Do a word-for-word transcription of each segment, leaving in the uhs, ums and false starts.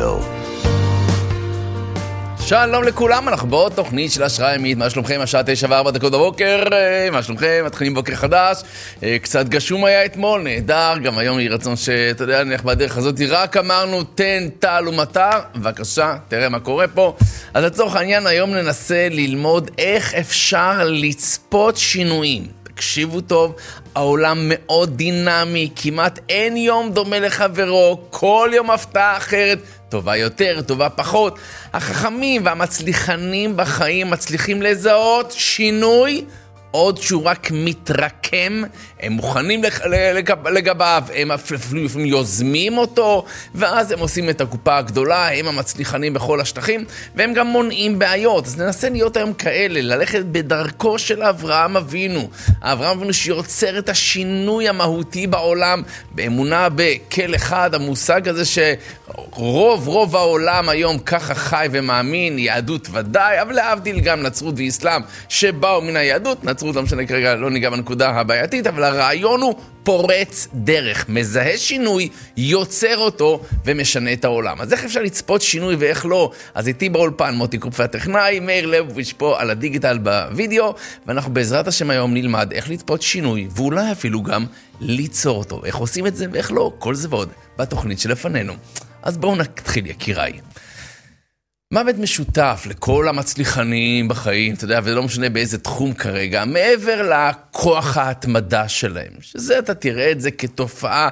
בוקר. שלום לכולם, אנחנו בעוד תוכנית של השראה ימית. מה שלומכם? השעה תשע וארבע דקות בבוקר. מה שלומכם? מתחילים בוקר חדש. קצת גשום היה אתמול, נהדר. גם היום היא רצון שאתה יודע, נלך בדרך הזאת. רק אמרנו, תן, טל ומטר. בבקשה, תראה מה קורה פה. אז לצורך העניין, היום ננסה ללמוד איך אפשר לצפות שינויים. תקשיבו טוב, העולם מאוד דינמי, כמעט אין יום דומה לחברו, כל יום הפתעה אחרת, טובה יותר, טובה פחות. החכמים והמצליחנים בחיים מצליחים לזהות שינוי, עוד שהוא רק מתרקם, הם מוכנים לגב, לגביו, הם אפילו יוזמים אותו, ואז הם עושים את הקופה הגדולה, הם המצליחנים בכל השטחים, והם גם מונעים בעיות. אז ננסה להיות היום כאלה, ללכת בדרכו של אברהם אבינו. אברהם אבינו שיוצר את השינוי המהותי בעולם, באמונה בכל אחד, המושג הזה שרוב רוב העולם היום ככה חי ומאמין, יהדות ודאי, אבל להבדיל גם נצרות ואסלאם שבאו מן היהדות, נצרות לא משנה כרגע, לא ניגע בנקודה הבעייתית, אבל הרעיון הוא פורץ דרך, מזהה שינוי, יוצר אותו ומשנה את העולם. אז איך אפשר לצפות שינוי ואיך לא? אז איתי באולפן מוטי קופי הטכנאי, מאיר לבוביץ' פה על הדיגיטל בווידאו, ואנחנו בעזרת השם היום נלמד איך לצפות שינוי, ואולי אפילו גם ליצור אותו. איך עושים את זה ואיך לא? כל זה ועוד בתוכנית שלפנינו. אז בואו נתחיל יקיריי. מוות משותף לכל המצליחנים בחיים, אתה יודע, ולא משנה באיזה תחום כרגע, מעבר לכוח ההתמדה שלהם, שזה אתה תראה את זה כתופעה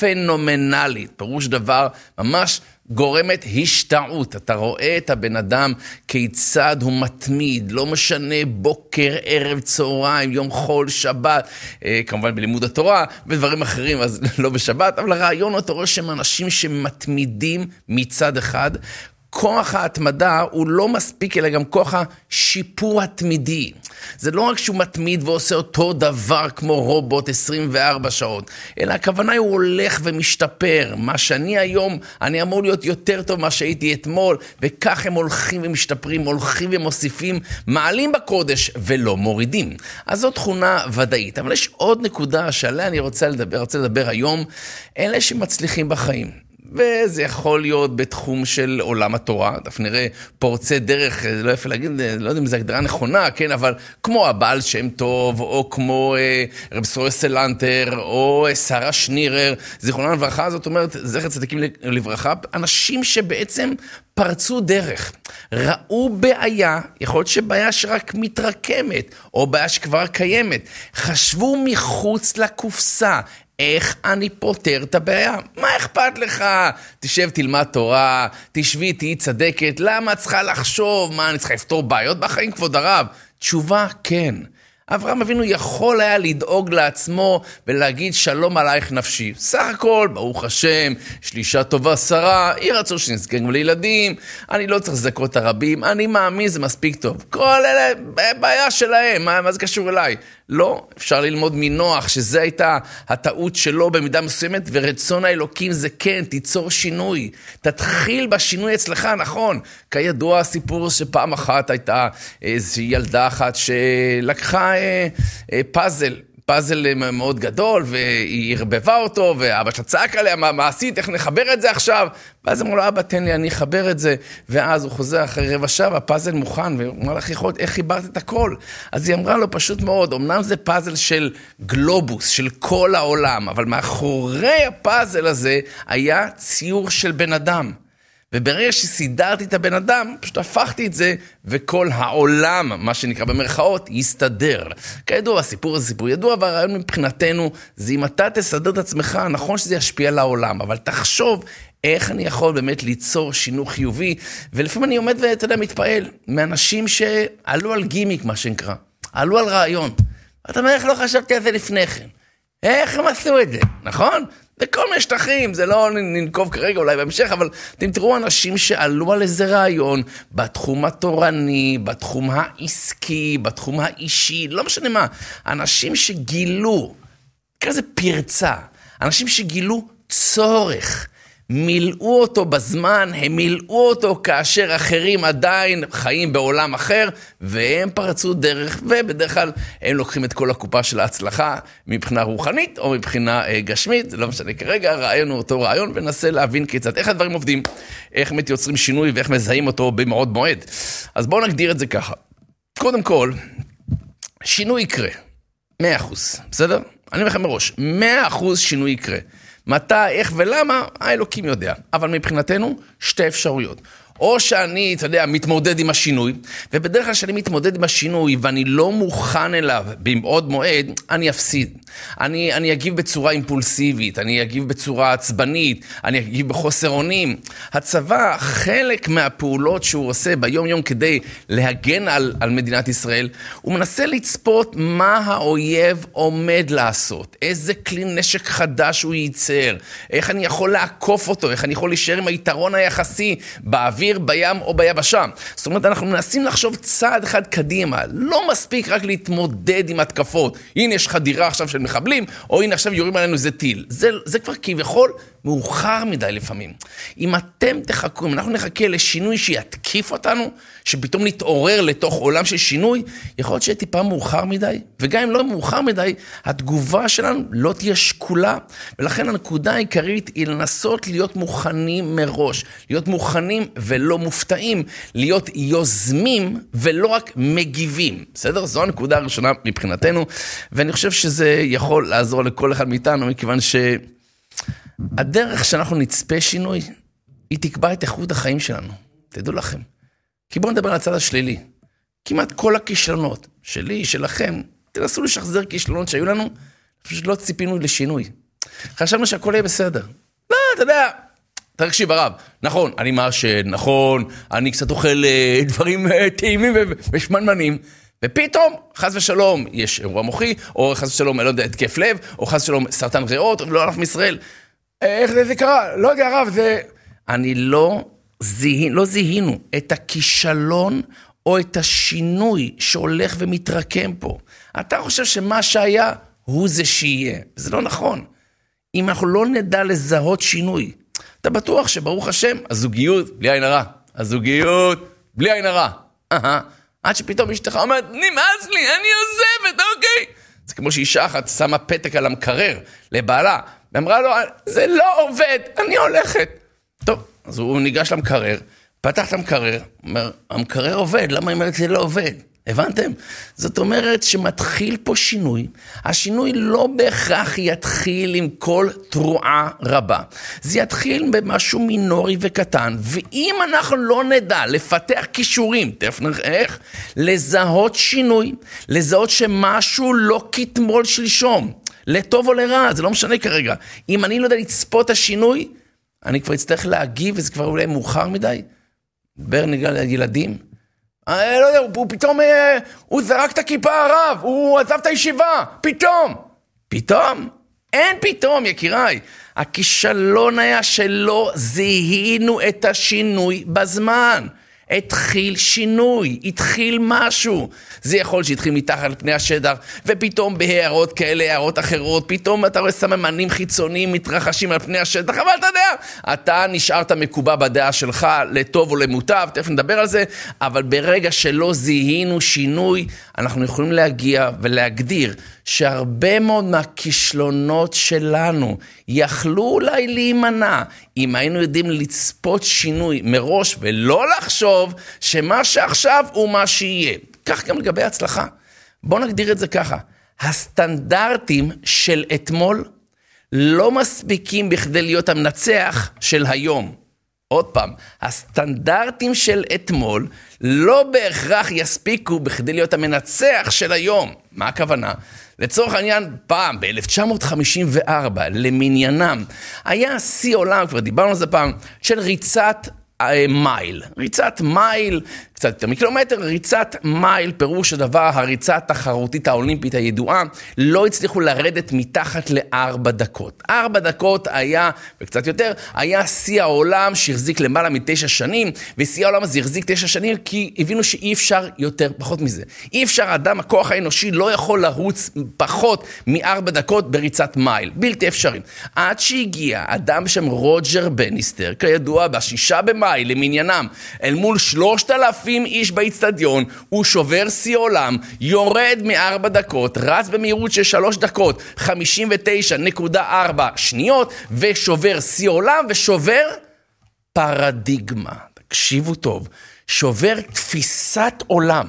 פנומנלית, פירוש דבר ממש גורמת השתעות. אתה רואה את הבן אדם כיצד הוא מתמיד, לא משנה בוקר, ערב, צהריים, יום חול, שבת, אה, כמובן בלימוד התורה ודברים אחרים, אז לא בשבת, אבל הרעיון אתה רואה שהם אנשים שמתמידים מצד אחד, כוח ההתמדה הוא לא מספיק, אלא גם כוח השיפור התמידי. זה לא רק שהוא מתמיד ועושה אותו דבר כמו רובוט עשרים וארבע שעות, אלא הכוונה הוא הולך ומשתפר. מה שאני היום, אני אמור להיות יותר טוב מה שהייתי אתמול, וכך הם הולכים ומשתפרים, הולכים ומוסיפים, מעלים בקודש ולא מורידים. אז זו תכונה ודאית. אבל יש עוד נקודה שעליה אני רוצה לדבר, רוצה לדבר היום, אלה שמצליחים בחיים. וזה יכול להיות בתחום של עולם התורה, דף נראה פורצי דרך, לא יפה להגיד, לא יודע אם זו הגדרה נכונה, כן, אבל כמו הבעל שם טוב, או כמו אה, רב סוריה סלנטר, או אה, שרה שנירר, זיכרונם לברכה, זאת אומרת, זכר צדיקים לברכה, אנשים שבעצם פרצו דרך, ראו בעיה, יכול להיות שבעיה שרק מתרקמת, או בעיה שכבר קיימת, חשבו מחוץ לקופסה, איך אני פותר את הבעיה? מה אכפת לך? תשב, תלמד תורה, תשבי, תהי צדקת, למה צריכה לחשוב? מה, אני צריכה לפתור בעיות בחיים, כבוד הרב? תשובה, כן. אברהם אבינו יכול היה לדאוג לעצמו ולהגיד שלום עלייך נפשי. סך הכל, ברוך השם, יש לי אישה טובה שרה, היא רצו שנזכה גם לילדים, אני לא צריך לזכות הרבים, אני מאמין, זה מספיק טוב. כל אלה, בעיה שלהם, מה, מה זה קשור אליי? לא, אפשר ללמוד מנוח שזה הייתה הטעות שלו במידה מסוימת, ורצון האלוקים זה כן, תיצור שינוי. תתחיל בשינוי אצלך, נכון. כידוע הסיפור שפעם אחת הייתה איזו ילדה אחת שלקחה אה, אה, פאזל, פאזל מאוד גדול, והיא הרבבה אותו, ואבא שצעק עליה, מה, מה עשית, איך נחבר את זה עכשיו? ואז אמרו לו, אבא, תן לי, אני אחבר את זה. ואז הוא חוזר אחרי רבע שעה, הפאזל מוכן, והוא אמר לך, יכול, איך חיברת את הכל? אז היא אמרה לו, פשוט מאוד, אמנם זה פאזל של גלובוס, של כל העולם, אבל מאחורי הפאזל הזה, היה ציור של בן אדם. וברגע שסידרתי את הבן אדם, פשוט הפכתי את זה, וכל העולם, מה שנקרא במרכאות, יסתדר. כידוע, הסיפור הזה סיפור ידוע, והרעיון מבחינתנו, זה אם אתה תסדר את עצמך, נכון שזה ישפיע על העולם, אבל תחשוב איך אני יכול באמת ליצור שינוי חיובי, ולפעמים אני עומד ואתה יודע, מתפעל, מאנשים שעלו על גימיק, מה שנקרא, עלו על רעיון. אתה אומר, איך לא חשבתי על זה לפני כן? איך הם עשו את זה, נכון? בכל מיני שטחים, זה לא ננקוב כרגע אולי בהמשך, אבל אתם תראו אנשים שעלו על איזה רעיון, בתחום התורני, בתחום העסקי, בתחום האישי, לא משנה מה, אנשים שגילו, כזה פרצה, אנשים שגילו צורך, מילאו אותו בזמן, הם מילאו אותו כאשר אחרים עדיין חיים בעולם אחר, והם פרצו דרך, ובדרך כלל הם לוקחים את כל הקופה של ההצלחה, מבחינה רוחנית או מבחינה אה, גשמית, זה לא משנה כרגע, רעיון הוא אותו רעיון, וננסה להבין כיצד, איך הדברים עובדים, איך יוצרים שינוי ואיך מזהים אותו במאוד מועד. אז בואו נגדיר את זה ככה. קודם כל, שינוי יקרה, מאה אחוז, בסדר? אני אומר לכם מראש, מאה אחוז שינוי יקרה. מתי, איך ולמה, האלוקים יודע. אבל מבחינתנו, שתי אפשרויות. או שאני, אתה יודע, מתמודד עם השינוי, ובדרך כלל שאני מתמודד עם השינוי, ואני לא מוכן אליו במעוד מועד, אני אפסיד. אני, אני אגיב בצורה אימפולסיבית, אני אגיב בצורה עצבנית, אני אגיב בחוסר אונים. הצבא, חלק מהפעולות שהוא עושה ביום יום כדי להגן על, על מדינת ישראל, הוא מנסה לצפות מה האויב עומד לעשות, איזה כלי נשק חדש הוא ייצר, איך אני יכול לעקוף אותו, איך אני יכול להישאר עם היתרון היחסי באוויר, בים או ביבשה. זאת אומרת, אנחנו מנסים לחשוב צעד אחד קדימה. לא מספיק רק להתמודד עם התקפות. הנה יש חדירה עכשיו של מחבלים, או הנה עכשיו יורים עלינו איזה טיל. זה, זה כבר כביכול מאוחר מדי לפעמים. אם אתם תחכו, אם אנחנו נחכה לשינוי שיתקיף אותנו, שפתאום נתעורר לתוך עולם של שינוי, יכול להיות שיהיה טיפה מאוחר מדי, וגם אם לא מאוחר מדי, התגובה שלנו לא תהיה שקולה, ולכן הנקודה העיקרית היא לנסות להיות מוכנים מראש, להיות מוכנים ולא מופתעים, להיות יוזמים ולא רק מגיבים. בסדר? זו הנקודה הראשונה מבחינתנו, ואני חושב שזה יכול לעזור לכל אחד מאיתנו, מכיוון ש... הדרך שאנחנו נצפה שינוי, היא תקבע את איכות החיים שלנו. תדעו לכם. כי בואו נדבר על הצד השלילי. כמעט כל הכישלונות שלי, שלכם, תנסו לשחזר כישלונות שהיו לנו, פשוט לא ציפינו לשינוי. חשבנו שהכל יהיה בסדר. לא, אתה יודע, תקשיב הרב, נכון, אני מרשה, נכון, אני קצת אוכל דברים טעימים ושמנמנים, ופתאום, חס ושלום, יש אירוע מוחי, או חס ושלום, לא יודע, התקף לב, או חס ושלום, סרטן ריאות, לא הלך מישראל. איך זה, זה קרה? לא יודע, הרב, זה... אני לא, זיהינו, לא זיהינו את הכישלון או את השינוי שהולך ומתרקם פה. אתה חושב שמה שהיה הוא זה שיהיה. זה לא נכון. אם אנחנו לא נדע לזהות שינוי, אתה בטוח שברוך השם, הזוגיות, בלי עין הרע. הזוגיות, בלי עין הרע. אהה. עד שפתאום אשתך אומרת, נמאס לי, אני עוזבת, אוקיי. זה כמו שאישה אחת שמה פתק על המקרר לבעלה, ואמרה לו, זה לא עובד, אני הולכת. טוב, אז הוא ניגש למקרר, פתח את המקרר, אומר, המקרר עובד, למה היא אומרת זה לא עובד? הבנתם? זאת אומרת שמתחיל פה שינוי, השינוי לא בהכרח יתחיל עם כל תרועה רבה, זה יתחיל במשהו מינורי וקטן, ואם אנחנו לא נדע לפתח כישורים, תכף נראה איך, לזהות שינוי, לזהות שמשהו לא כתמול שלשום, לטוב או לרע, זה לא משנה כרגע, אם אני לא יודע לצפות השינוי, אני כבר אצטרך להגיב, וזה כבר אולי מאוחר מדי, דבר נגע לילדים, לא יודע, הוא פתאום, הוא זרק את הכיפה הרב, הוא עזב את הישיבה, פתאום. פתאום? אין פתאום, יקיריי. הכישלון היה שלא זיהינו את השינוי בזמן. התחיל שינוי, התחיל משהו. זה יכול שהתחיל מתחת לפני השטח, ופתאום בהערות כאלה, הערות אחרות, פתאום אתה רואה סממנים חיצוניים מתרחשים על פני השטח, אבל אתה יודע, אתה נשארת מקובע בדעה שלך, לטוב או למוטב, תכף נדבר על זה, אבל ברגע שלא זיהינו שינוי, אנחנו יכולים להגיע ולהגדיר שהרבה מאוד מהכישלונות שלנו יכלו אולי להימנע, אם היינו יודעים לצפות שינוי מראש ולא לחשוב שמה שעכשיו הוא מה שיהיה. כך גם לגבי הצלחה. בואו נגדיר את זה ככה. הסטנדרטים של אתמול לא מספיקים בכדי להיות המנצח של היום. עוד פעם, הסטנדרטים של אתמול לא בהכרח יספיקו בכדי להיות המנצח של היום. מה הכוונה? לצורך העניין, פעם, ב-אלף תשע מאות חמישים וארבע, למניינם, היה שיא עולם, כבר דיברנו על זה פעם, של ריצת מייל. ריצת מייל, קצת יותר מקילומטר, ריצת מייל, פירוש הדבר, הריצה התחרותית האולימפית הידועה, לא הצליחו לרדת מתחת לארבע דקות. ארבע דקות היה, וקצת יותר, היה שיא העולם שהחזיק למעלה מתשע שנים, ושיא העולם הזה החזיק תשע שנים, כי הבינו שאי אפשר יותר, פחות מזה. אי אפשר, אדם, הכוח האנושי לא יכול לרוץ פחות מארבע דקות בריצת מייל. בלתי אפשרי. עד שהגיע אדם בשם רוג'ר בניסטר, כידוע, בשישה במייל למניינם, אל מול שלושת אלפים איש באצטדיון, הוא שובר שיא עולם, יורד מארבע דקות, רץ במהירות של שלוש דקות, חמישים ותשע נקודה ארבע שניות, ושובר שיא עולם, ושובר פרדיגמה. תקשיבו טוב, שובר תפיסת עולם,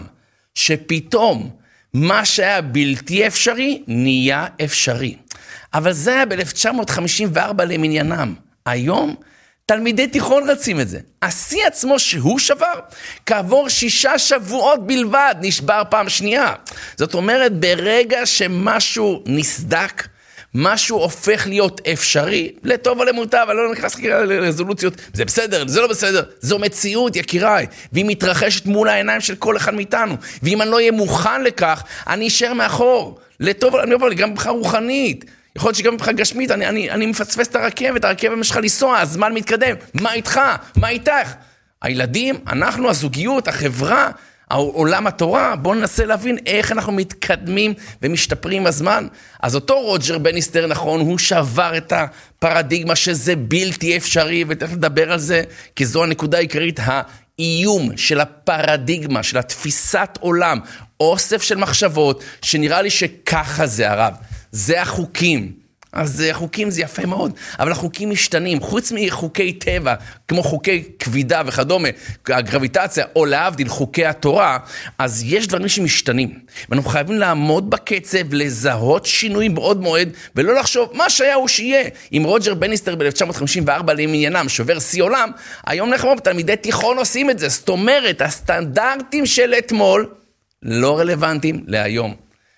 שפתאום מה שהיה בלתי אפשרי, נהיה אפשרי. אבל זה היה ב-אלף תשע מאות חמישים וארבע למניינם. היום, תלמידי תיכון רצים את זה. השיא עצמו שהוא שבר, כעבור שישה שבועות בלבד, נשבר פעם שנייה. זאת אומרת, ברגע שמשהו נסדק, משהו הופך להיות אפשרי, לטוב או למוטב, אבל לא נכנס לרזולוציות, זה בסדר, זה לא בסדר, זו מציאות, יקיריי, והיא מתרחשת מול העיניים של כל אחד מאיתנו, ואם אני לא אהיה מוכן לכך, אני אשאר מאחור, לטוב או למוטב, גם מבחינה רוחנית, יכול להיות שגם מבחינה גשמית, אני, אני, אני מפספס את הרכבת, הרכבת משך לנסוע, הזמן מתקדם, מה איתך? מה איתך? הילדים, אנחנו, הזוגיות, החברה, עולם התורה, בואו ננסה להבין איך אנחנו מתקדמים ומשתפרים הזמן. אז אותו רוג'ר בניסטר, נכון, הוא שבר את הפרדיגמה שזה בלתי אפשרי, ותכף לדבר על זה, כי זו הנקודה העיקרית, האיום של הפרדיגמה, של התפיסת עולם, אוסף של מחשבות, שנראה לי שככה זה הרב. זה החוקים. אז החוקים זה יפה מאוד, אבל החוקים משתנים, חוץ מחוקי טבע, כמו חוקי כבידה וכדומה, הגרביטציה, או להבדיל חוקי התורה, אז יש דברים שמשתנים, ואנחנו חייבים לעמוד בקצב, לזהות שינויים בעוד מועד, ולא לחשוב מה שהיה הוא שיהיה. אם רוג'ר בניסטר ב-אלף תשע מאות חמישים וארבע למניינם שובר שיא עולם, היום אנחנו תלמידי תיכון עושים את זה, זאת אומרת, הסטנדרטים של אתמול לא רלוונטיים להיום.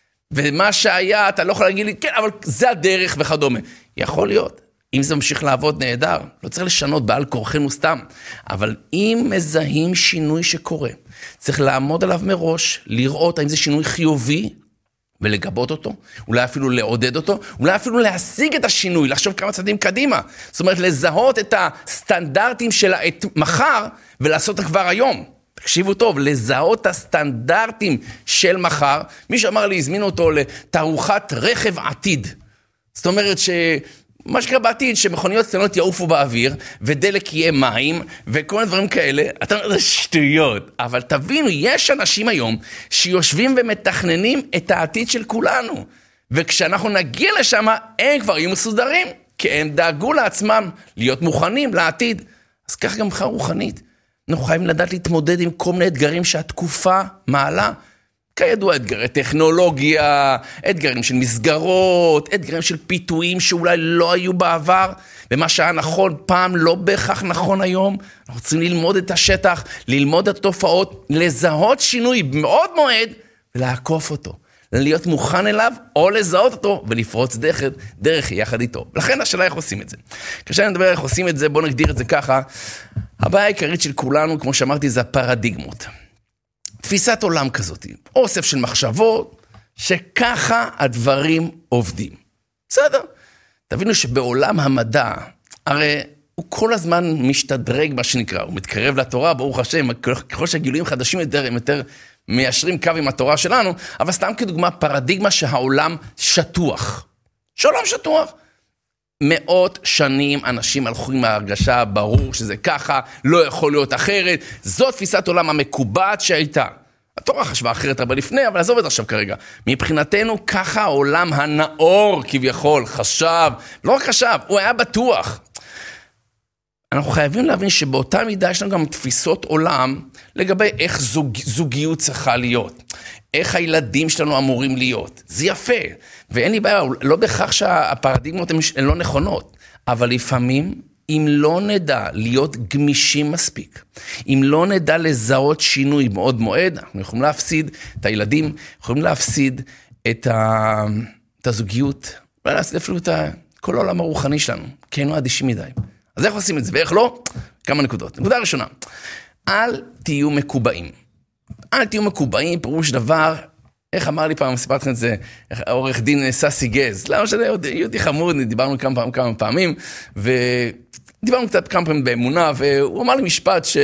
ומה שהיה, אתה לא יכול להגיד לי, כן, אבל זה הדרך וכדומה. יכול להיות. אם זה ממשיך לעבוד נהדר, לא צריך לשנות בעל כורחנו סתם. אבל אם מזהים שינוי שקורה, צריך לעמוד עליו מראש, לראות האם זה שינוי חיובי, ולגבות אותו, אולי אפילו לעודד אותו, אולי אפילו להשיג את השינוי, לחשוב כמה צעדים קדימה. זאת אומרת, לזהות את הסטנדרטים של מחר, ולעשות את כבר היום. תקשיבו טוב, לזהות הסטנדרטים של מחר, מי שאמר לי, הזמינו אותו לתערוכת רכב עתיד. זאת אומרת שמה שקרה בעתיד, שמכוניות קטנות יעופו באוויר, ודלק יהיה מים, וכל מיני דברים כאלה, אתה אומר, זה שטויות. אבל תבינו, יש אנשים היום שיושבים ומתכננים את העתיד של כולנו. וכשאנחנו נגיע לשם, הם כבר יהיו מסודרים, כי הם דאגו לעצמם להיות מוכנים לעתיד. אז כך גם מחר רוחנית. אנחנו חייבים לדעת להתמודד עם כל מיני אתגרים שהתקופה מעלה. כידוע, אתגרי טכנולוגיה, אתגרים של מסגרות, אתגרים של פיתויים שאולי לא היו בעבר, ומה שהיה נכון פעם לא בהכרח נכון היום. אנחנו צריכים ללמוד את השטח, ללמוד את התופעות, לזהות שינוי מאוד מועד, ולעקוף אותו. להיות מוכן אליו, או לזהות אותו, ולפרוץ דרך, דרך יחד איתו. לכן השאלה איך עושים את זה. כשאני מדבר איך עושים את זה, בואו נגדיר את זה ככה. הבעיה העיקרית של כולנו, כמו שאמרתי, זה הפרדיגמות. תפיסת עולם כזאת, אוסף של מחשבות, שככה הדברים עובדים. בסדר? תבינו שבעולם המדע, הרי הוא כל הזמן משתדרג מה שנקרא, הוא מתקרב לתורה, ברוך השם, ככל שהגילויים חדשים יותר, הם יותר מיישרים קו עם התורה שלנו, אבל סתם כדוגמה, פרדיגמה שהעולם שטוח. שהעולם שטוח. מאות שנים אנשים הלכו עם ההרגשה, ברור שזה ככה, לא יכול להיות אחרת, זו תפיסת עולם המקובעת שהייתה. התורה חשבה אחרת הרבה לפני, אבל עזוב את עכשיו כרגע. מבחינתנו, ככה העולם הנאור כביכול חשב, לא רק חשב, הוא היה בטוח. אנחנו חייבים להבין שבאותה מידה יש לנו גם תפיסות עולם לגבי איך זוג, זוגיות צריכה להיות, איך הילדים שלנו אמורים להיות. זה יפה, ואין לי בעיה, לא בכך שהפרדיגמות הן לא נכונות, אבל לפעמים, אם לא נדע להיות גמישים מספיק, אם לא נדע לזהות שינוי מאוד מועד, אנחנו יכולים להפסיד את הילדים, יכולים להפסיד את, ה... את הזוגיות, ולהפסיד אפילו את כל העולם הרוחני שלנו, כי היינו אדישים מדי. אז איך עושים את זה ואיך לא? כמה נקודות. נקודה ראשונה, אל תהיו מקובעים. אל תהיו מקובעים, פירוש דבר, איך אמר לי פעם, סיפרתי את זה, עורך דין ססי גז, למה שזה יהודי חמוד, דיברנו כמה, פעם, כמה פעמים, ודיברנו קצת כמה פעמים באמונה, והוא אמר לי משפט ש...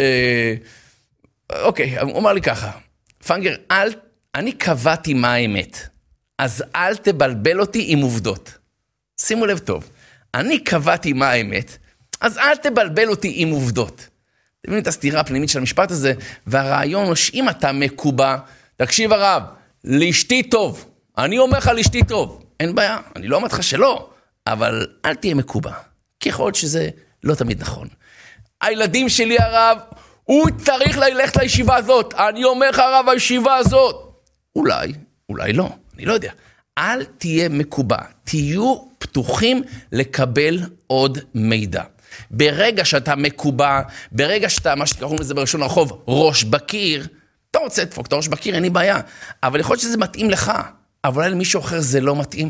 אוקיי, הוא אמר לי ככה, פנגר, אל, אני קבעתי מה האמת, אז אל תבלבל אותי עם עובדות. שימו לב טוב, אני קבעתי מה האמת, אז אל תבלבל אותי עם עובדות. תבינו את הסתירה הפנימית של המשפט הזה, והרעיון הוא שאם אתה מקובע, תקשיב הרב, לאשתי טוב, אני אומר לך לאשתי טוב, אין בעיה, אני לא אומר לך שלא, אבל אל תהיה מקובע, ככל שזה לא תמיד נכון. הילדים שלי הרב, הוא צריך ללכת לישיבה הזאת, אני אומר לך הרב, הישיבה הזאת. אולי, אולי לא, אני לא יודע. אל תהיה מקובע, תהיו פתוחים לקבל עוד מידע. ברגע שאתה מקובע, ברגע שאתה, מה שקוראים לזה בראשון הרחוב, ראש בקיר, אתה רוצה לדפוק את הראש בקיר, אין לי בעיה. אבל יכול להיות שזה מתאים לך, אבל אולי למישהו אחר זה לא מתאים.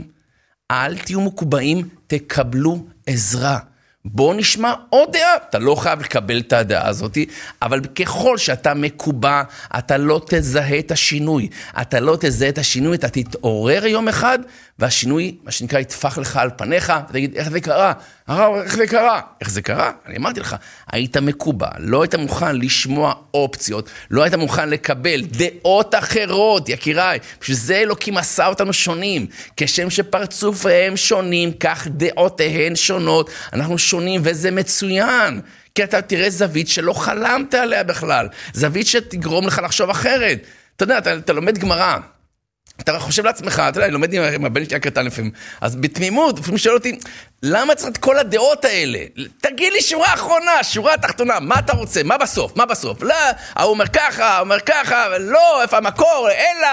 אל תהיו מקובעים, תקבלו עזרה. בוא נשמע עוד דעה, אתה לא חייב לקבל את הדעה הזאת, אבל ככל שאתה מקובע, אתה לא תזהה את השינוי, אתה לא תזהה את השינוי, אתה תתעורר יום אחד, והשינוי, מה שנקרא, יתפח לך על פניך, אתה תגיד, איך זה קרה? הרב, איך זה קרה? איך זה קרה? אני אמרתי לך, היית מקובע, לא היית מוכן לשמוע אופציות, לא היית מוכן לקבל דעות אחרות, יקיריי, בשביל זה אלוקים עשה אותנו שונים, כשם שפרצופיהם שונים, כך דעותיהן שונות, אנחנו שונים וזה מצוין, כי אתה תראה זווית שלא חלמת עליה בכלל, זווית שתגרום לך לחשוב אחרת. אתה יודע, אתה, אתה לומד גמרא, אתה חושב לעצמך, אתה יודע, אני לומד עם הבן שלי הקטן לפעמים, אז בתמימות, לפעמים שואל אותי, למה צריך את כל הדעות האלה? תגיד לי שורה אחרונה, שורה התחתונה, מה אתה רוצה? מה בסוף? מה בסוף? לא, הוא אומר ככה, הוא אומר ככה, לא, איפה המקור, אלא...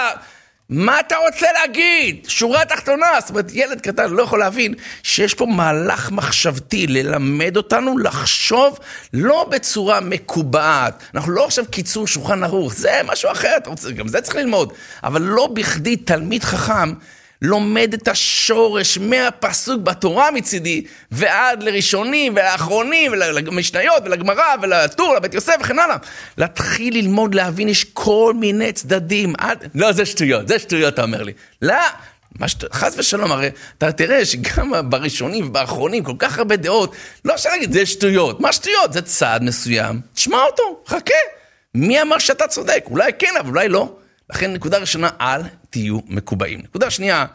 מה אתה רוצה להגיד? שורה תחתונה, זאת אומרת, ילד קטן לא יכול להבין שיש פה מהלך מחשבתי ללמד אותנו לחשוב לא בצורה מקובעת. אנחנו לא עכשיו קיצור שולחן ערוך, זה משהו אחר, אתה רוצה, גם זה צריך ללמוד. אבל לא בכדי תלמיד חכם לומד את השורש מהפסוק בתורה מצידי, ועד לראשונים ולאחרונים ולמשניות ולגמרא ולטור, לבית יוסף וכן הלאה. להתחיל ללמוד, להבין, יש כל מיני צדדים. עד... לא, זה שטויות, זה שטויות, אתה אומר לי. לא, שט... חס ושלום, הרי אתה תראה שגם בראשונים ובאחרונים כל כך הרבה דעות, לא אפשר להגיד, זה שטויות. מה שטויות? זה צעד מסוים. תשמע אותו, חכה. מי אמר שאתה צודק? אולי כן, אבל אולי לא. לכן נקודה ראשונה, אל תהיו מקובעים. נקודה שנייה,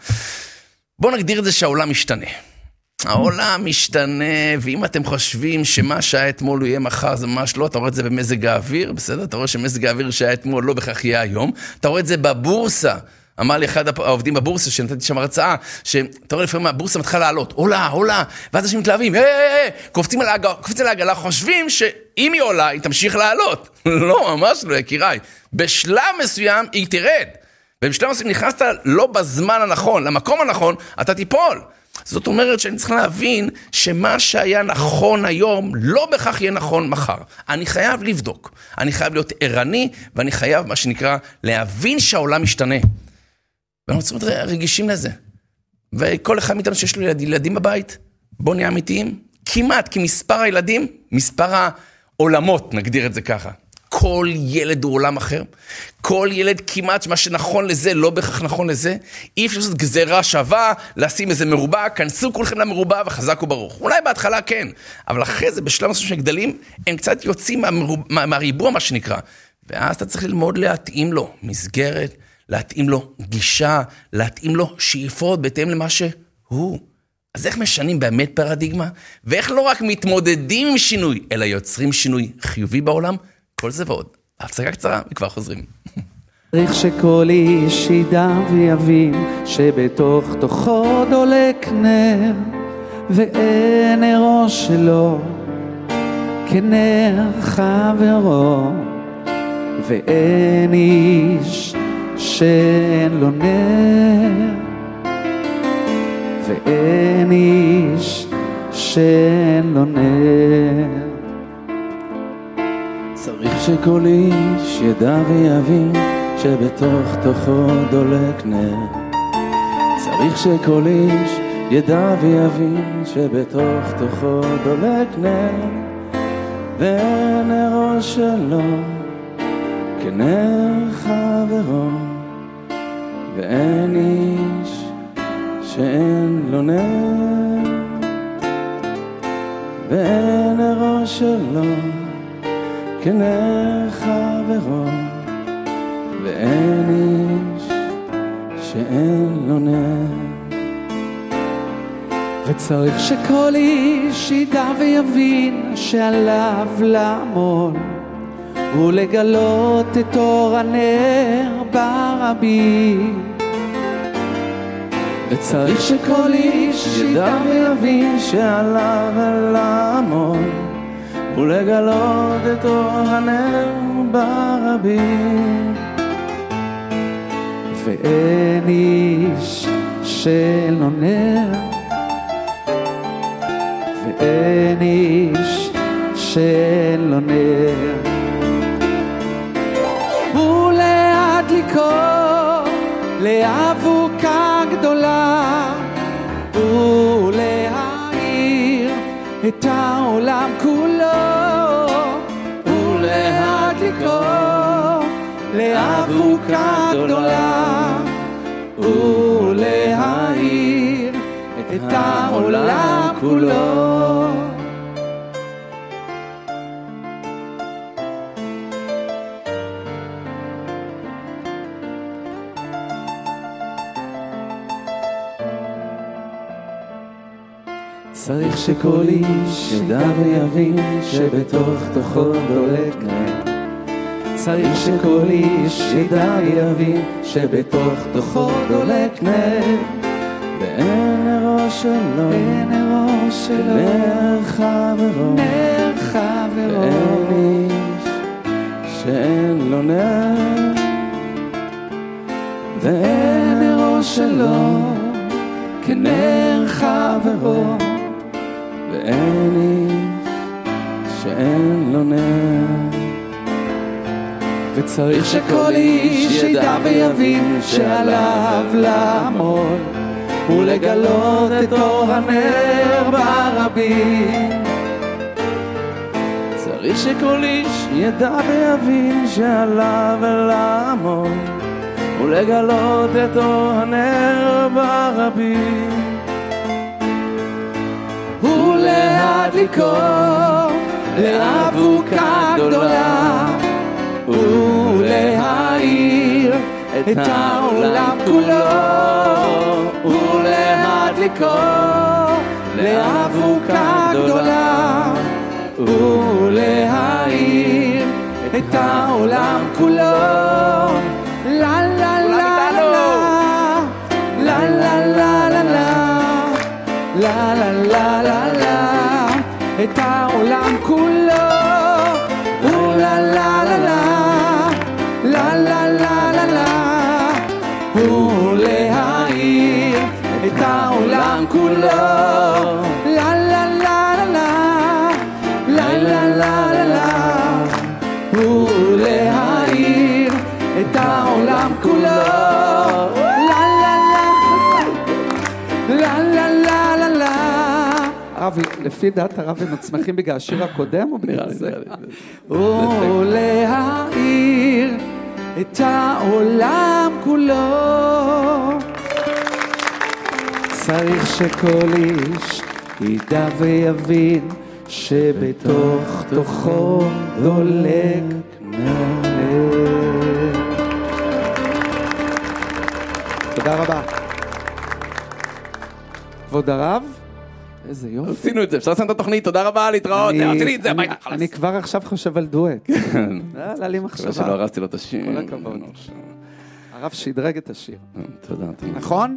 בואו נגדיר את זה שהעולם משתנה. העולם משתנה, ואם אתם חושבים שמה שהיה אתמול הוא יהיה מחר, זה ממש לא, אתה רואה את זה במזג האוויר, בסדר? אתה רואה שמזג האוויר שהיה אתמול לא בכך יהיה היום, אתה רואה את זה בבורסה. אמר לי אחד העובדים בבורסה, שנתתי שם הרצאה, שאתה רואה לפעמים הבורסה מתחילה לעלות, עולה, עולה, ואז אנשים מתלהבים, היי, היי, היי, קופצים על העגלה, חושבים שאם היא עולה, היא תמשיך לעלות. לא, ממש לא, יקיריי. בשלב מסוים היא תרד, ובשלב מסוים נכנסת לא בזמן הנכון, למקום הנכון, אתה תיפול. זאת אומרת שאני צריך להבין שמה שהיה נכון היום, לא בכך יהיה נכון מחר. אני חייב לבדוק, אני חייב להיות ערני, ואני חייב, מה שנקרא, להבין שהעולם משתנה. ואנחנו צריכים להיות רגישים לזה. וכל אחד מאיתנו שיש לו ילדים בבית, בוא נהיה אמיתיים, כמעט כמספר הילדים, מספר העולמות, נגדיר את זה ככה. כל ילד הוא עולם אחר, כל ילד כמעט מה שנכון לזה, לא בכך נכון לזה, אי אפשר לעשות גזירה שווה, לשים איזה מרובע, כנסו כולכם למרובע וחזק וברוך. אולי בהתחלה כן, אבל אחרי זה בשלב מסוים של גדלים, הם קצת יוצאים מה, מהריבוע מה שנקרא, ואז אתה צריך ללמוד להתאים לו מסגרת, להתאים לו גישה, להתאים לו שאיפות בהתאם למה שהוא. אז איך משנים באמת פרדיגמה? ואיך לא רק מתמודדים עם שינוי, אלא יוצרים שינוי חיובי בעולם? כל זה ועוד. הפסקה קצרה, וכבר חוזרים. צריך שכל איש ידע ויבין שבתוך תוכו דולק נר, ואין נרו שלו כנר חברו, ואין איש שאין לו נר, ואין איש שאין לו נר. צריך שכל איש ידע ויבין שבתוך תוכו דולק נר. צריך שכל איש ידע ויבין שבתוך תוכו דולק נר, ונרו שלו כנר חברו, ואין איש שאין לו נר, ואין נרו שלו כנר חברו, ואין איש שאין לו נר. וצריך שכל איש ידע ויבין שעליו לעמול ולגלות את אור הנר ברבים. וצריך שכל איש ידע ויבין שעליו לעמול ולגלות את אור הנר ברבים. ואין איש שאין לו נר, ואין איש שאין לו נר, ולהדליקו לאבוקה גדולה, ולהאיר את העולם כולו, ולהדליקו לאבוקה גדולה, ולהאיר את העולם כולו. צריך שכל איש ידע ויבין שבתוך תוכו דולק נר. צריך שכל איש ידע ויבין שבתוך תוכו דולק נר, ואין נרו שלו, אין נרו שלו, נר חברו, נר חברו, ואין איש שאין לו נר, ואין נרו שלו כנר חברו, ואין איש שאין לו נר. וצריך שכל איש ידע ויבין שעליו לעמול ולגלות את אור הנר ברבים. צריך שכל איש ידע ויבין שעליו לעמול ולגלות את אור הנר ברבים, ולהדליקו לאבוקה גדולה, ולהאיר את העולם כולו, ולהדליקו לאבוקה גדולה, ולהאיר את העולם כולו. לה לה לה לה לה לה לה לה לה לה לה לה לה, את העולם כולו. לה לה לה לה לה לה לה לה, ולהאיר את העולם כולו. לה לה לה לה לה לה לה לה, ולהאיר את העולם כולו. לה לה לה לה לה לה לה. הרב, לפי דעת הרב הם מצמחים בגלל השיר הקודם או בגלל זה? ולהאיר את העולם כולו. צריך שכל איש ידע ויבין שבתוך תוכו דולק נר. תודה רבה. כבוד הרב, איזה יופי. עשינו את זה, אפשר לסיים את התוכנית, תודה רבה, להתראות, עשיתי את זה, אני, אני כבר עכשיו חושב על דואט. לא, לי מחשבה. שלא הרסתי לו את השיר. כל הכבוד. הרב שדרג את השיר. תודה, תודה. נכון?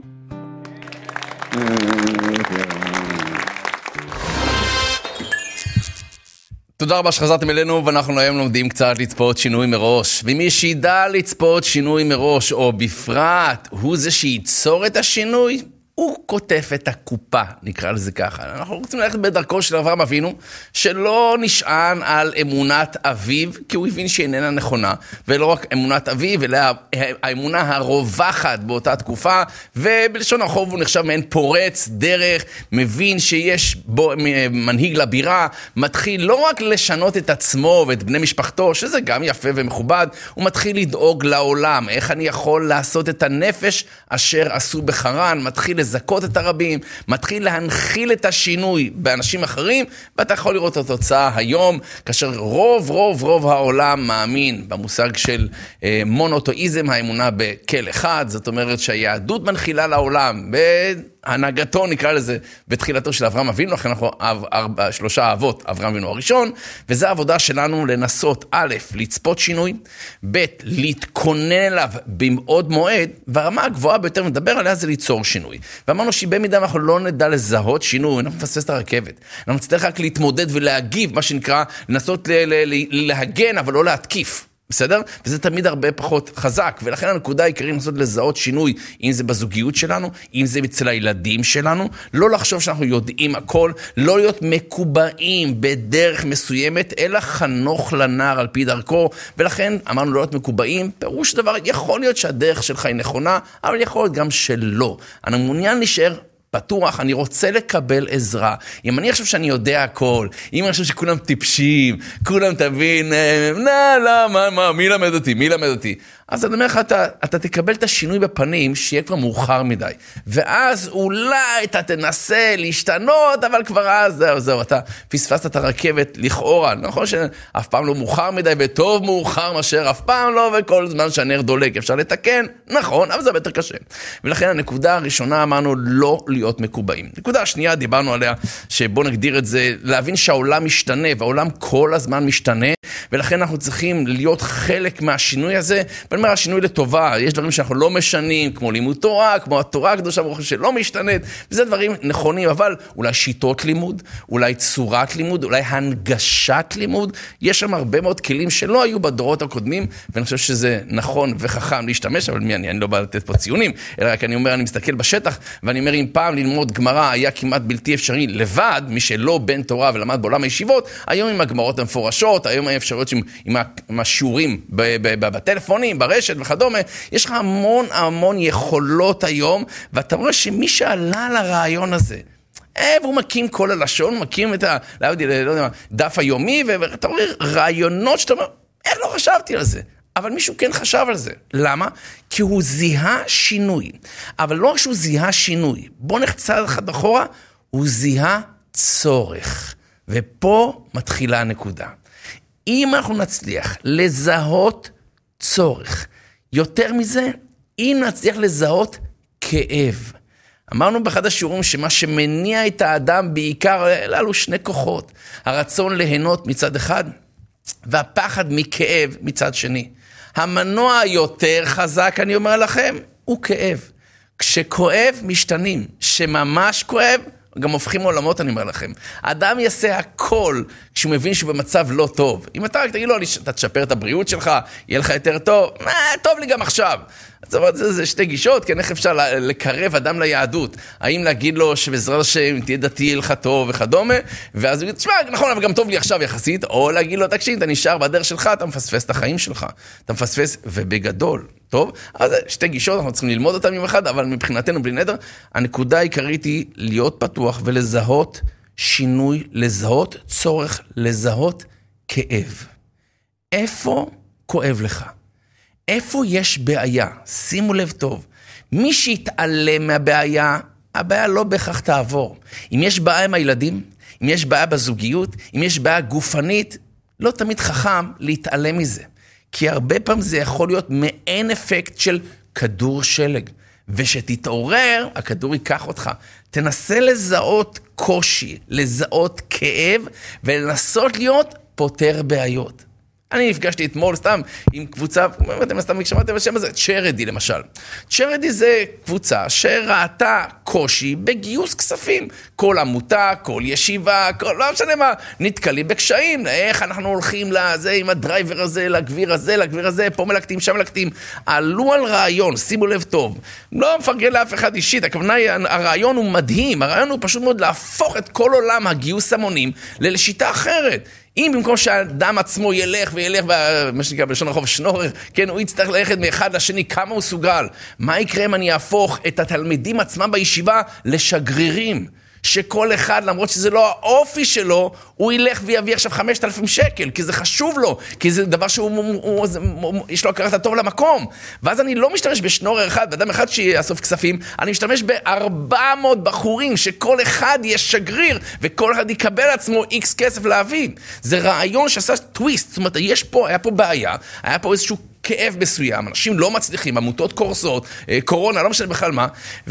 תודה רבה שחזרתם אלינו, ואנחנו היום לומדים קצת לצפות שינוי מראש. ומי שידע לצפות שינוי מראש, או בפרט, הוא זה שייצור את השינוי, הוא כותב את הקופה, נקרא לזה ככה. אנחנו רוצים ללכת בדרכו של אברהם אבינו, שלא נשען על אמונת אביו, כי הוא הבין שהיא איננה נכונה, ולא רק אמונת אביו, אלא האמונה הרווחת באותה תקופה, ובלשון החוב הוא נחשב מעין פורץ דרך, מבין שיש בו מנהיג לבירה, מתחיל לא רק לשנות את עצמו ואת בני משפחתו, שזה גם יפה ומכובד, הוא מתחיל לדאוג לעולם, איך אני יכול לעשות את הנפש אשר עשו בחרן, מתחיל לזכות את הרבים, מתחיל להנחיל את השינוי באנשים אחרים, ואתה יכול לראות את התוצאה היום, כאשר רוב רוב רוב העולם מאמין במושג של אה, מונותאיזם, האמונה בכל אחד, זאת אומרת שהיהדות מנחילה לעולם, בהנהגתו נקרא לזה, בתחילתו של אברהם אבינו, לכן אנחנו אב, ארבע, שלושה אבות, אברהם אבינו הראשון, וזו העבודה שלנו לנסות, א', לצפות שינוי, ב', להתכונן אליו במעוד מועד, והרמה הגבוהה ביותר מדבר עליה זה ליצור שינוי. ואמרנו שבמידה אנחנו לא נדע לזהות שינוי, אנחנו נפספס את הרכבת. אנחנו נצטרך רק להתמודד ולהגיב, מה שנקרא, לנסות להגן, אבל לא להתקיף. בסדר? וזה תמיד הרבה פחות חזק, ולכן הנקודה העיקרית לנסות לזהות שינוי, אם זה בזוגיות שלנו, אם זה אצל הילדים שלנו, לא לחשוב שאנחנו יודעים הכל, לא להיות מקובעים בדרך מסוימת, אלא חנוך לנער על פי דרכו, ולכן אמרנו לא להיות מקובעים, פירוש דבר, יכול להיות שהדרך שלך היא נכונה, אבל יכול להיות גם שלא. אני מעוניין להישאר פתוח, אני רוצה לקבל עזרה. אם אני חושב שאני יודע הכל, אם אני חושב שכולם טיפשים, כולם תבין, לא, לא, מה, מה, מי למד אותי, מי למד אותי? אז אני אומר לך, אתה, אתה תקבל את השינוי בפנים, שיהיה כבר מאוחר מדי. ואז אולי אתה תנסה להשתנות, אבל כבר אז, זהו, זהו, אתה פספסת את הרכבת לכאורה. נכון שאף פעם לא מאוחר מדי, וטוב מאוחר מאשר אף פעם לא, וכל זמן שהנר דולק אפשר לתקן, נכון, אבל זה יותר קשה. ולכן הנקודה הראשונה אמרנו לא להיות מקובעים. נקודה השנייה, דיברנו עליה, שבוא נגדיר את זה, להבין שהעולם משתנה, והעולם כל הזמן משתנה, ולכן אנחנו צריכים להיות חלק מהשינוי הזה, ואני אומר, השינוי לטובה, יש דברים שאנחנו לא משנים, כמו לימוד תורה, כמו התורה הקדושה, שלא משתנית, וזה דברים נכונים, אבל אולי שיטות לימוד, אולי צורת לימוד, אולי הנגשת לימוד, יש שם הרבה מאוד כלים שלא היו בדורות הקודמים, ואני חושב שזה נכון וחכם להשתמש, אבל מי, אני, אני לא בא לתת פה ציונים, אלא רק אני אומר, אני מסתכל בשטח, ואני אומר, אם פעם ללמוד גמרא היה כמעט בלתי אפשרי לבד, מי שלא בן תורה ולמד בעולם הישיבות, היום עם הגמרות המפורשות, היום עם האפשרויות עם, עם, עם השיעורים בטלפונים, ברשת וכדומה, יש לך המון המון יכולות היום, ואתה רואה שמי שעלה לרעיון הזה, אה, והוא מקים כל הלשון, מקים את ה, לא יודע, לא יודע, דף היומי, ואתה רואה רעיונות שאתה אומר, איך לא חשבתי על זה? אבל מישהו כן חשב על זה. למה? כי הוא זיהה שינוי. אבל לא שהוא זיהה שינוי. בוא נחצה אחד אחורה, הוא זיהה צורך. ופה מתחילה הנקודה. אם אנחנו נצליח לזהות צורך, יותר מזה, אם נצליח לזהות כאב. אמרנו באחד השיעורים שמה שמניע את האדם בעיקר, אלו שני כוחות. הרצון ליהנות מצד אחד, והפחד מכאב מצד שני. המנוע היותר חזק, אני אומר לכם, הוא כאב. כשכואב משתנים, שממש כואב, גם הופכים עולמות, אני אומר לכם. האדם יעשה הכל כשהוא מבין שהוא במצב לא טוב. אם אתה רק תגיד לו, אתה תשפר את הבריאות שלך, יהיה לך יותר טוב, מה, טוב לי גם עכשיו. זאת אומרת, זה, זה שתי גישות, כן, איך אפשר לקרב אדם ליהדות? האם להגיד לו שבעזרת השם תהיה דתי, יהיה לך טוב וכדומה, ואז הוא יגיד, תשמע, נכון, אבל גם טוב לי עכשיו יחסית, או להגיד לו, תקשיב, אתה נשאר בדרך שלך, אתה מפספס את החיים שלך. אתה מפספס ובגדול. טוב, אז שתי גישות, אנחנו צריכים ללמוד אותם עם אחד, אבל מבחינתנו בלי נדר, הנקודה העיקרית היא להיות פתוח ולזהות שינוי, לזהות צורך, לזהות כאב. איפה כואב לך? איפה יש בעיה? שימו לב טוב. מי שיתעלם מהבעיה, הבעיה לא בהכרח תעבור. אם יש בעיה עם הילדים, אם יש בעיה בזוגיות, אם יש בעיה גופנית, לא תמיד חכם להתעלם מזה. כי הרבה פעמים זה יכול להיות מעין אפקט של כדור שלג. ושתתעורר, הכדור ייקח אותך. תנסה לזהות קושי, לזהות כאב, ולנסות להיות פותר בעיות. אני נפגשתי אתמול סתם עם קבוצה, אתם סתם שמעתם בשם הזה, צ'רדי למשל. צ'רדי זה קבוצה שראתה קושי בגיוס כספים. כל עמותה, כל ישיבה, כל, לא משנה מה, נתקלים בקשיים, איך אנחנו הולכים לזה, עם הדרייבר הזה, לגביר הזה, לגביר הזה, פה מלקטים, שם מלקטים. עלו על רעיון, שימו לב טוב. לא מפרגן לאף אחד אישית, הכוונה היא, הרעיון הוא מדהים, הרעיון הוא פשוט מאוד להפוך את כל עולם הגיוס המונים לשיטה אחרת. אם במקום שהאדם עצמו ילך וילך, מה שנקרא בלשון הרחוב שנורר, כן, הוא יצטרך ללכת מאחד לשני, כמה הוא סוגל. מה יקרה אם אני אהפוך את התלמידים עצמם בישיבה לשגרירים? שכל אחד, למרות שזה לא האופי שלו, הוא ילך ויביא עכשיו חמשת אלפים שקל, כי זה חשוב לו, כי זה דבר שיש לו הכרת הטוב למקום. ואז אני לא משתמש בשנורר אחד, באדם אחד שיאסוף כספים, אני משתמש ב-ארבע מאות בחורים, שכל אחד יהיה שגריר, וכל אחד יקבל עצמו איקס כסף להביא. זה רעיון שעשה טוויסט, זאת אומרת, יש פה, היה פה בעיה, היה פה איזשהו כאב מסוים, אנשים לא מצליחים, עמותות קורסות, קורונה, לא משנה בכלל מה,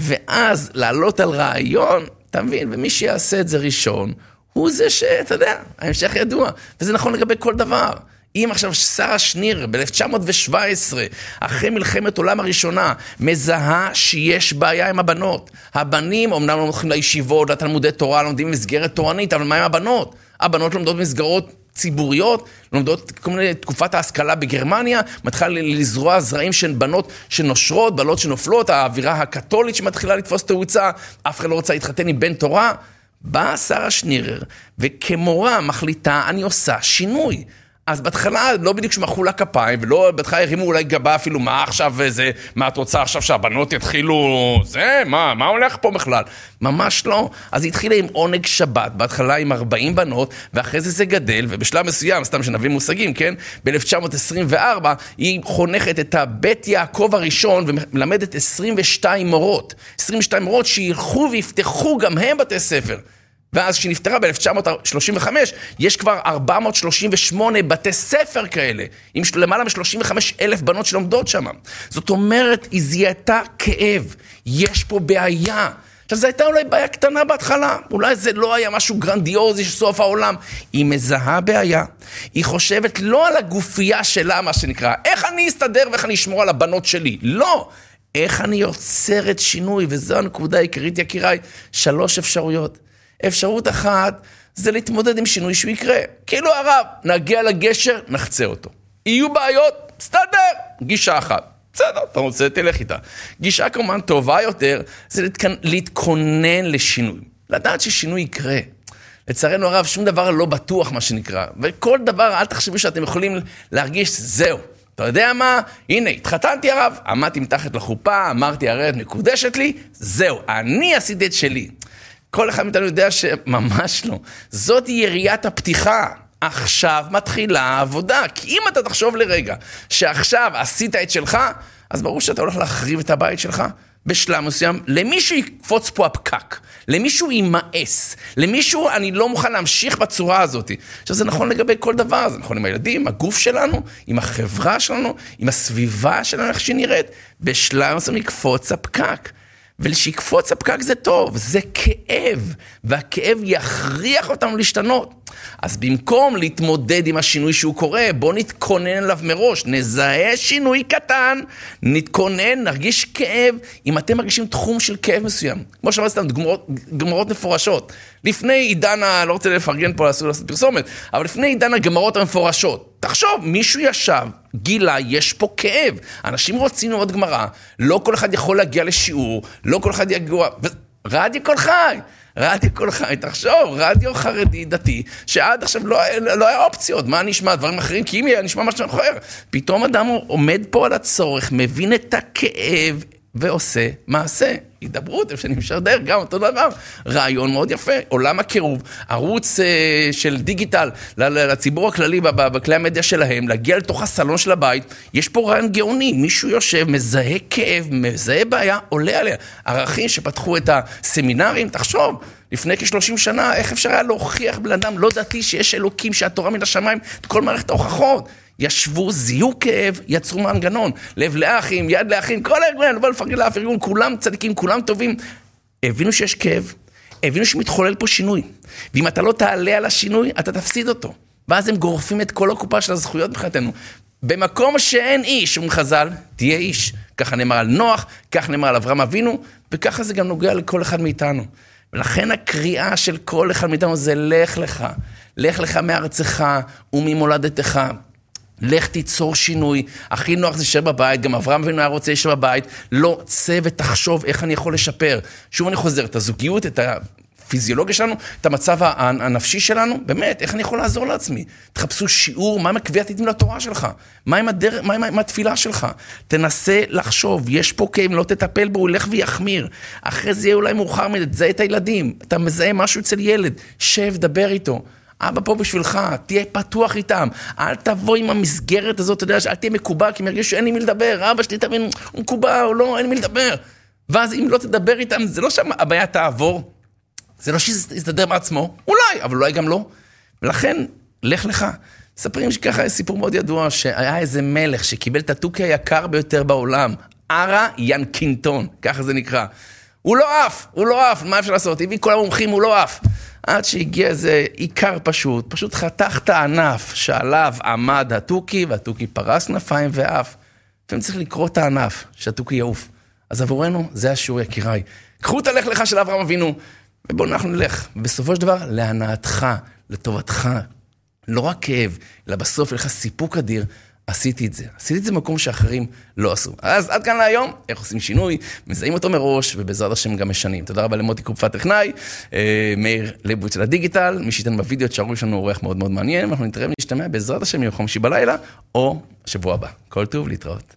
ואז לעלות על רעיון, אתה מבין, ומי שיעשה את זה ראשון, הוא זה שאתה יודע, ההמשך ידוע, וזה נכון לגבי כל דבר. אם עכשיו שרה שניר ב-אלף תשע מאות שבע עשרה, אחרי מלחמת עולם הראשונה, מזהה שיש בעיה עם הבנות. הבנים אומנם לא הולכים לישיבות, לתלמודי תורה, לומדים מסגרת תורנית, אבל מה עם הבנות? הבנות לומדות מסגרות ציבוריות, לומדות כל מיני תקופת ההשכלה בגרמניה, מתחילה לזרוע זרעים של בנות שנושרות, בנות שנופלות, האווירה הקתולית שמתחילה לתפוס תאוצה, אף אחד לא רוצה להתחתן עם בן תורה. באה שרה שנירר, וכמורה מחליטה, אני עושה שינוי. אז בהתחלה לא בדיוק שמחאו לה כפיים, ולא בהתחלה הרימו אולי גבה אפילו, מה עכשיו זה, מה את רוצה עכשיו שהבנות יתחילו, זה, מה, מה הולך פה בכלל? ממש לא. אז היא התחילה עם עונג שבת, בהתחלה עם ארבעים בנות, ואחרי זה זה גדל, ובשלב מסוים, סתם שנביא מושגים, כן? ב-אלף תשע מאות עשרים וארבע, היא חונכת את הבית יעקב הראשון, ומלמדת עשרים ושתיים מורות. עשרים ושתיים מורות שילכו ויפתחו גם הם בתי ספר. ואז שנפטרה ב-אלף תשע מאות שלושים וחמש, יש כבר ארבע מאות שלושים ושמונה בתי ספר כאלה, עם למעלה מ-שלושים וחמישה אלף בנות שלומדות שם. זאת אומרת, היא זיהתה כאב, יש פה בעיה. עכשיו, זו הייתה אולי בעיה קטנה בהתחלה, אולי זה לא היה משהו גרנדיוזי של סוף העולם. היא מזהה בעיה, היא חושבת לא על הגופייה שלה, מה שנקרא, איך אני אסתדר ואיך אני אשמור על הבנות שלי, לא. איך אני יוצרת שינוי, וזו הנקודה העיקרית, יקיריי, שלוש אפשרויות. אפשרות אחת זה להתמודד עם שינוי שהוא יקרה. כאילו הרב, נגיע לגשר, נחצה אותו. יהיו בעיות, סתדר. גישה אחת. בסדר, אתה רוצה, תלך איתה. גישה כמובן טובה יותר, זה להתכונן לשינוי. לדעת ששינוי יקרה. לצערנו הרב, שום דבר לא בטוח מה שנקרא. וכל דבר, אל תחשבו שאתם יכולים להרגיש, זהו. אתה יודע מה? הנה, התחתנתי הרב, עמדתי מתחת לחופה, אמרתי, הרי את מקודשת לי, זהו, אני עשיתי את שלי. כל אחד מאיתנו יודע שממש לא. זאת יריית הפתיחה. עכשיו מתחילה העבודה. כי אם אתה תחשוב לרגע שעכשיו עשית את שלך, אז ברור שאתה הולך להחריב את הבית שלך בשלב מסוים. למישהו יקפוץ פה הפקק. למישהו יימאס. למישהו אני לא מוכן להמשיך בצורה הזאת. עכשיו זה נכון לגבי כל דבר. זה נכון עם הילדים, עם הגוף שלנו, עם החברה שלנו, עם הסביבה שלנו, איך שהיא נראית. בשלב מסוים יקפוץ הפקק. ולשקפוץ הפקק זה טוב, זה כאב, והכאב יכריח אותנו להשתנות. אז במקום להתמודד עם השינוי שהוא קורה, בוא נתכונן אליו מראש, נזהה שינוי קטן, נתכונן, נרגיש כאב, אם אתם מרגישים תחום של כאב מסוים. כמו שאמרתי, גמרות, גמרות מפורשות. לפני עידן, לא רוצה לפרגן פה, לעשות פרסומת, אבל לפני עידן הגמרות המפורשות, תחשוב, מישהו ישב, גילה, יש פה כאב. אנשים רוצים ללמוד גמרא, לא כל אחד יכול להגיע לשיעור, לא כל אחד יגיע... רדיו כל חי, רדיו כל חי, תחשוב, רדיו חרדי דתי, שעד עכשיו לא, לא היה אופציות, מה נשמע, דברים אחרים, כי אם נשמע משהו אחר, פתאום אדם עומד פה על הצורך, מבין את הכאב, ועושה מעשה. הידברות, איפה שאני משדר, גם אותו דבר. רעיון מאוד יפה, עולם הקירוב, ערוץ אה, של דיגיטל לציבור הכללי בכלי המדיה שלהם, להגיע לתוך הסלון של הבית, יש פה רעיון גאוני, מישהו יושב, מזהה כאב, מזהה בעיה, עולה עליה. ערכים שפתחו את הסמינרים, תחשוב, לפני כ-שלושים שנה, איך אפשר היה להוכיח בן אדם לא דתי שיש אלוקים, שהתורה מן השמיים, את כל מערכת ההוכחות. ישבו, זיהו כאב, יצרו מנגנון, לב לאחים, יד לאחים, כל הארגון, לא בא לפרגן לאף ארגון, כולם צדיקים, כולם טובים. הבינו שיש כאב, הבינו שמתחולל פה שינוי. ואם אתה לא תעלה על השינוי, אתה תפסיד אותו. ואז הם גורפים את כל הקופה של הזכויות מבחינתנו. במקום שאין איש, אומרים חז"ל, תהיה איש. ככה נאמר על נוח, ככה נאמר על אברהם אבינו, וככה זה גם נוגע לכל אחד מאיתנו. ולכן הקריאה של כל אחד מאיתנו זה לך לך. לך לך מארצך וממולדתך. לך תיצור שינוי. הכי נוח זה להישאר בבית, גם אברהם אבינו היה רוצה להישאר בבית. לא, צא ותחשוב איך אני יכול לשפר. שוב אני חוזר, את הזוגיות, את הפיזיולוגיה שלנו, את המצב הנפשי שלנו, באמת, איך אני יכול לעזור לעצמי? תחפשו שיעור, מה מקביעת עתידים לתורה שלך? מה עם, הדר... מה עם התפילה שלך? תנסה לחשוב, יש פה כאב, לא תטפל בו, הוא ילך ויחמיר. אחרי זה יהיה אולי מאוחר מדי, תזהה את הילדים, אתה מזהה משהו אצל ילד, שב, דבר איתו. אבא פה בשבילך, תהיה פתוח איתם, אל תבוא עם המסגרת הזאת, אתה יודע, אל תהיה מקובע, כי מרגיש שאין לי מי לדבר, אבא שלי תבין, הוא מקובע או לא, אין לי מי לדבר. ואז אם לא תדבר איתם, זה לא שהבעיה תעבור, זה לא שזה יסתדר בעצמו, אולי, אבל אולי גם לא. ולכן, לך לך. מספרים שככה יש סיפור מאוד ידוע, שהיה איזה מלך שקיבל את התוכי היקר ביותר בעולם, ארה ינקינטון, ככה זה נקרא. הוא לא אף, הוא לא אף, מה אפשר לעשות? הביא כל המומחים, הוא לא אף. עד שהגיע איזה עיקר פשוט, פשוט חתך את הענף שעליו עמד התוכי, והתוכי פרס נפיים ואף. אתם צריך לקרוא את הענף, שהתוכי יעוף. אז עבורנו, זה השיעור יקיריי. קחו את הלך לך של אברהם אבינו, ובואו אנחנו נלך. בסופו של דבר, להנאתך, לטובתך, לא רק כאב, אלא בסוף לך סיפוק אדיר, עשיתי את זה. עשיתי את זה במקום שאחרים לא עשו. אז עד כאן להיום, איך עושים שינוי, מזהים אותו מראש, ובעזרת השם גם משנים. תודה רבה למוטי קופפה טכנאי, מאיר לבוץ של הדיגיטל, מי שייתן בווידאו תשארו, יש לנו אורח מאוד מאוד מעניין, ואנחנו נתראה ונשתמע בעזרת השם יום חמישי בלילה, או שבוע הבא. כל טוב, להתראות.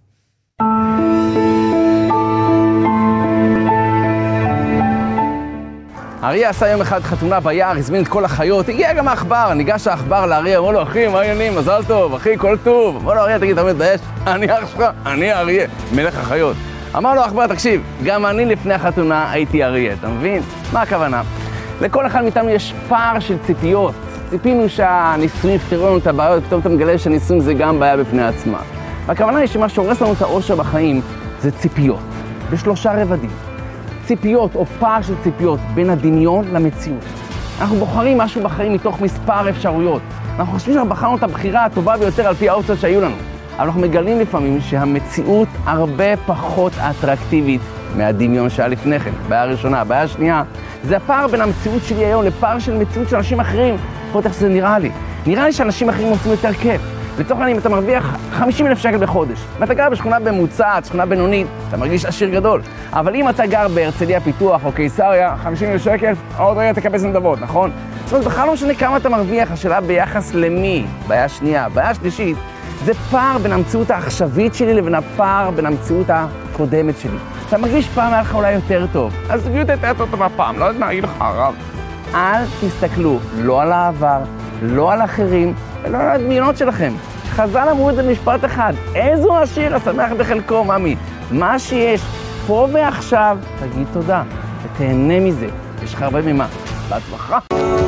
אריה עשה יום אחד חתונה ביער, הזמין את כל החיות, הגיע גם האחבר, ניגש האחבר לאריה, אמרו לו, אחי, מה העניינים? מזל טוב, אחי, כל טוב. אמרו לו, אריה, תגיד, אתה מתבייש? אני אח שלך, אני אריה, מלך החיות. אמר לו האחבר, תקשיב, גם אני לפני החתונה הייתי אריה, אתה מבין? מה הכוונה? לכל אחד מאיתנו יש פער של ציפיות. ציפינו שהניסויים יפתרו לנו את הבעיות, פתאום אתה מגלה שהניסויים זה גם בעיה בפני עצמה. והכוונה היא שמה שהורס לנו את האושר בחיים זה ציפיות, בשלושה רבדים. ציפיות או פער של ציפיות בין הדמיון למציאות. אנחנו בוחרים משהו בחיים מתוך מספר אפשרויות. אנחנו חושבים שאנחנו בחרנו את הבחירה הטובה ביותר על פי האופציות שהיו לנו. אבל אנחנו מגלים לפעמים שהמציאות הרבה פחות אטרקטיבית מהדמיון שהיה לפני כן. בעיה ראשונה, בעיה שנייה, זה הפער בין המציאות שלי היום לפער של מציאות של אנשים אחרים. פה איך זה נראה לי. נראה לי שאנשים אחרים עושים יותר כיף. לצורך העניין, אם אתה מרוויח חמישים אלף שקל בחודש, ואתה גר בשכונה בממוצעת, שכונה בינונית, אתה מרגיש עשיר גדול. אבל אם אתה גר בהרצליה פיתוח או קיסריה, חמישים אלף שקל, עוד רגע תקבל נדבות, נכון? זאת אומרת, בכלל לא משנה כמה אתה מרוויח, השאלה ביחס למי, בעיה שנייה. בעיה שלישית, זה פער בין המציאות העכשווית שלי לבין הפער בין המציאות הקודמת שלי. אתה מרגיש פעם היה לך אולי יותר טוב, אז זוגיות הייתה יותר טובה פעם, לא יודע מה, לך הרב. אל תסתכלו לא על העבר, לא על אחרים, ולא על הדמיונות שלכם. חז"ל אמרו את זה במשפט אחד, איזו עשיר השמח בחלקו, ממי. מה שיש פה ועכשיו, תגיד תודה, ותהנה מזה. יש לך הרבה ממה. בהצלחה.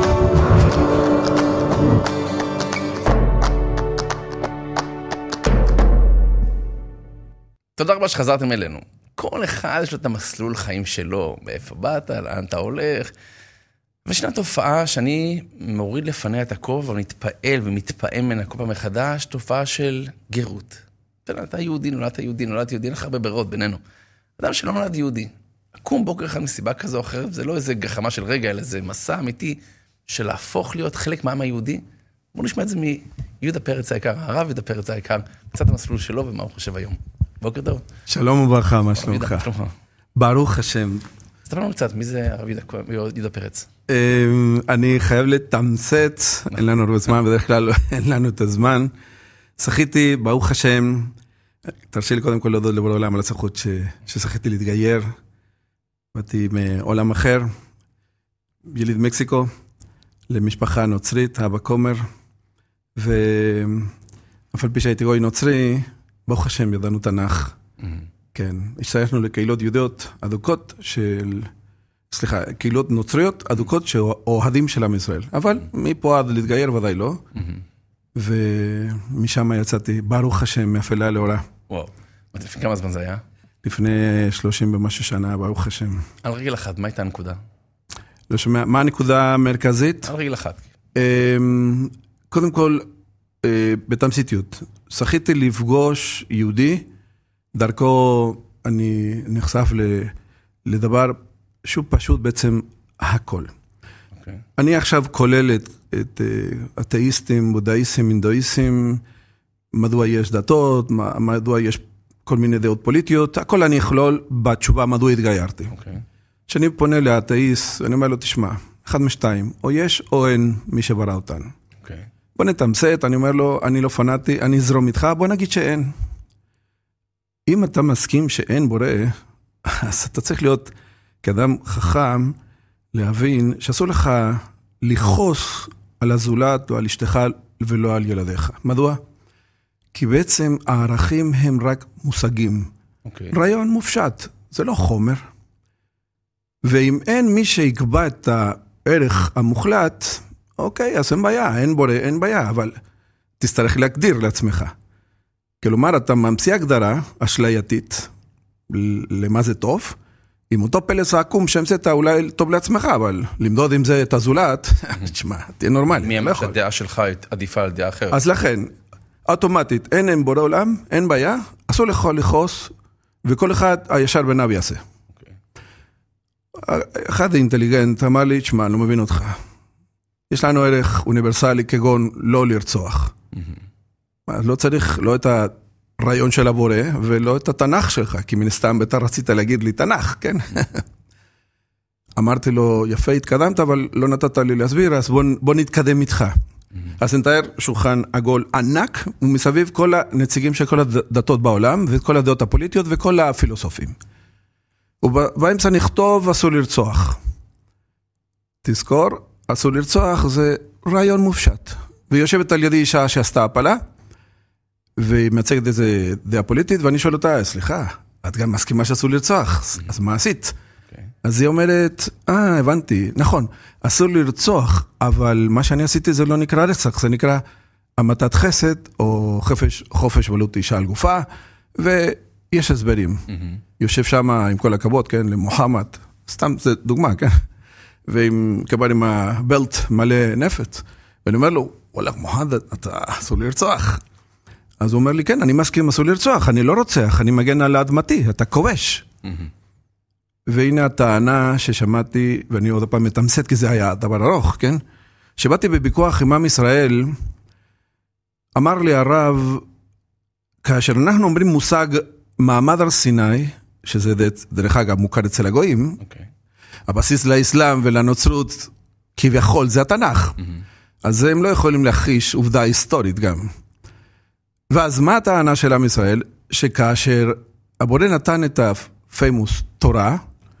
תודה רבה שחזרתם אלינו. כל אחד יש לו את המסלול חיים שלו, מאיפה באת, לאן אתה הולך. וישנה תופעה שאני מוריד לפניה את הכובע ונתפעל ומתפעם מן הכובע מחדש, תופעה של גירות. אתה יודע, אתה יהודי, נולדת יהודי, נולדת יהודי, אין לך הרבה ברירות בינינו. אדם שלא נולד יהודי, קום בוקר אחד מסיבה כזו או אחרת, זה לא איזה גחמה של רגע, אלא זה מסע אמיתי של להפוך להיות חלק מהעם היהודי. בואו נשמע את זה מיהודה פרץ היקר, הרב יהודה פרץ היקר, קצת המסלול שלו ומה הוא חושב היום. בוקר טוב. שלום וברכה, מה שלומך? ברוך השם. סתפר לנו קצת, מי זה הרב יהודה פרץ? אני חייב לתמצת, אין לנו הרבה זמן, בדרך כלל אין לנו את הזמן. שחיתי, ברוך השם, תרשי לי קודם כל להודות לבורא עולם על הזכות ששחיתי להתגייר. באתי מעולם אחר, יליד מקסיקו, למשפחה נוצרית, אבא כומר, ואף על פי שהייתי גוי נוצרי, ברוך השם ידענו תנ"ך. כן, השתייכנו לקהילות יהודיות אדוקות של... סליחה, קהילות נוצריות אדוקות שאוהדים של עם ישראל. אבל מפה עד להתגייר ודאי לא. ומשם יצאתי, ברוך השם, מאפלה לאורה. וואו. לפני כמה זמן זה היה? לפני שלושים ומשהו שנה, ברוך השם. על רגל אחת, מה הייתה הנקודה? לא שומע, מה הנקודה המרכזית? על רגל אחת. קודם כל, בתמציתיות, זכיתי לפגוש יהודי, דרכו אני נחשף לדבר שהוא פשוט בעצם הכל. Okay. אני עכשיו כולל את, את אתאיסטים, בודהיסטים, אינדואיסטים, מדוע יש דתות, מדוע יש כל מיני דעות פוליטיות, הכל אני אכלול בתשובה מדוע התגיירתי. כשאני okay. פונה לאתאיסט, אני אומר לו, תשמע, אחד משתיים, או יש או אין מי שברא אותנו. Okay. בוא נתמצת, אני אומר לו, אני לא פנאטי, אני אזרום איתך, בוא נגיד שאין. אם אתה מסכים שאין בורא, אז אתה צריך להיות כאדם חכם, להבין שאסור לך לחוס על הזולת או על אשתך ולא על ילדיך. מדוע? כי בעצם הערכים הם רק מושגים. Okay. רעיון מופשט, זה לא חומר. ואם אין מי שיקבע את הערך המוחלט, אוקיי, אז אין בעיה, אין בורא, אין בעיה, אבל תצטרך להגדיר לעצמך. כלומר, אתה ממציא הגדרה אשלייתית, למה זה טוב, עם אותו פלס העקום שהמצאת אולי טוב לעצמך, אבל למדוד עם זה את הזולת, תשמע, תהיה נורמלי. מי אמר שהדעה שלך עדיפה על דעה אחרת? אז לכן, אוטומטית, אין אין בורא עולם, אין בעיה, אסור לך לחוס, וכל אחד הישר בניו יעשה. אחד האינטליגנט אמר לי, תשמע, אני לא מבין אותך. יש לנו ערך אוניברסלי כגון לא לרצוח. לא צריך לא את הרעיון של הבורא, ולא את התנ"ך שלך, כי מן סתם אתה רצית להגיד לי תנ"ך, כן? אמרתי לו, יפה, התקדמת, אבל לא נתת לי להסביר, אז בוא, בוא נתקדם איתך. אז נתאר שולחן עגול ענק, ומסביב כל הנציגים של כל הדתות בעולם, וכל הדעות הפוליטיות, וכל הפילוסופים. ובאמצע נכתוב, אסור לרצוח. תזכור, אסור לרצוח זה רעיון מופשט. ויושבת על ידי אישה שעשתה הפלה, והיא מייצגת איזה דעה פוליטית, ואני שואל אותה, סליחה, את גם מסכימה שאסור לרצוח, אז מה עשית? Okay. אז היא אומרת, אה, הבנתי, נכון, אסור לרצוח, אבל מה שאני עשיתי זה לא נקרא רצח, זה נקרא המתת חסד, או חופש, חופש בלות אישה על גופה, ויש הסברים. Mm-hmm. יושב שם עם כל הכבוד, כן, למוחמד, סתם זה דוגמה, כן? ועם כבר עם הבלט מלא נפץ, ואני אומר לו, וואלה, מוחמד, אתה אסור לרצוח. אז הוא אומר לי, כן, אני מסכים, אסור לרצוח, אני לא רוצח, אני מגן על אדמתי, אתה כובש. Mm-hmm. והנה הטענה ששמעתי, ואני עוד פעם מתמצת, כי זה היה דבר ארוך, כן? שבאתי בביקוח עם עם ישראל, אמר לי הרב, כאשר אנחנו אומרים מושג מעמד הר סיני, שזה דרך אגב מוכר אצל הגויים, okay. הבסיס לאסלאם ולנוצרות, כביכול זה התנ"ך. Mm-hmm. אז הם לא יכולים להכחיש עובדה היסטורית גם. ואז מה הטענה של עם ישראל? שכאשר הבורא נתן את הפיימוס תורה,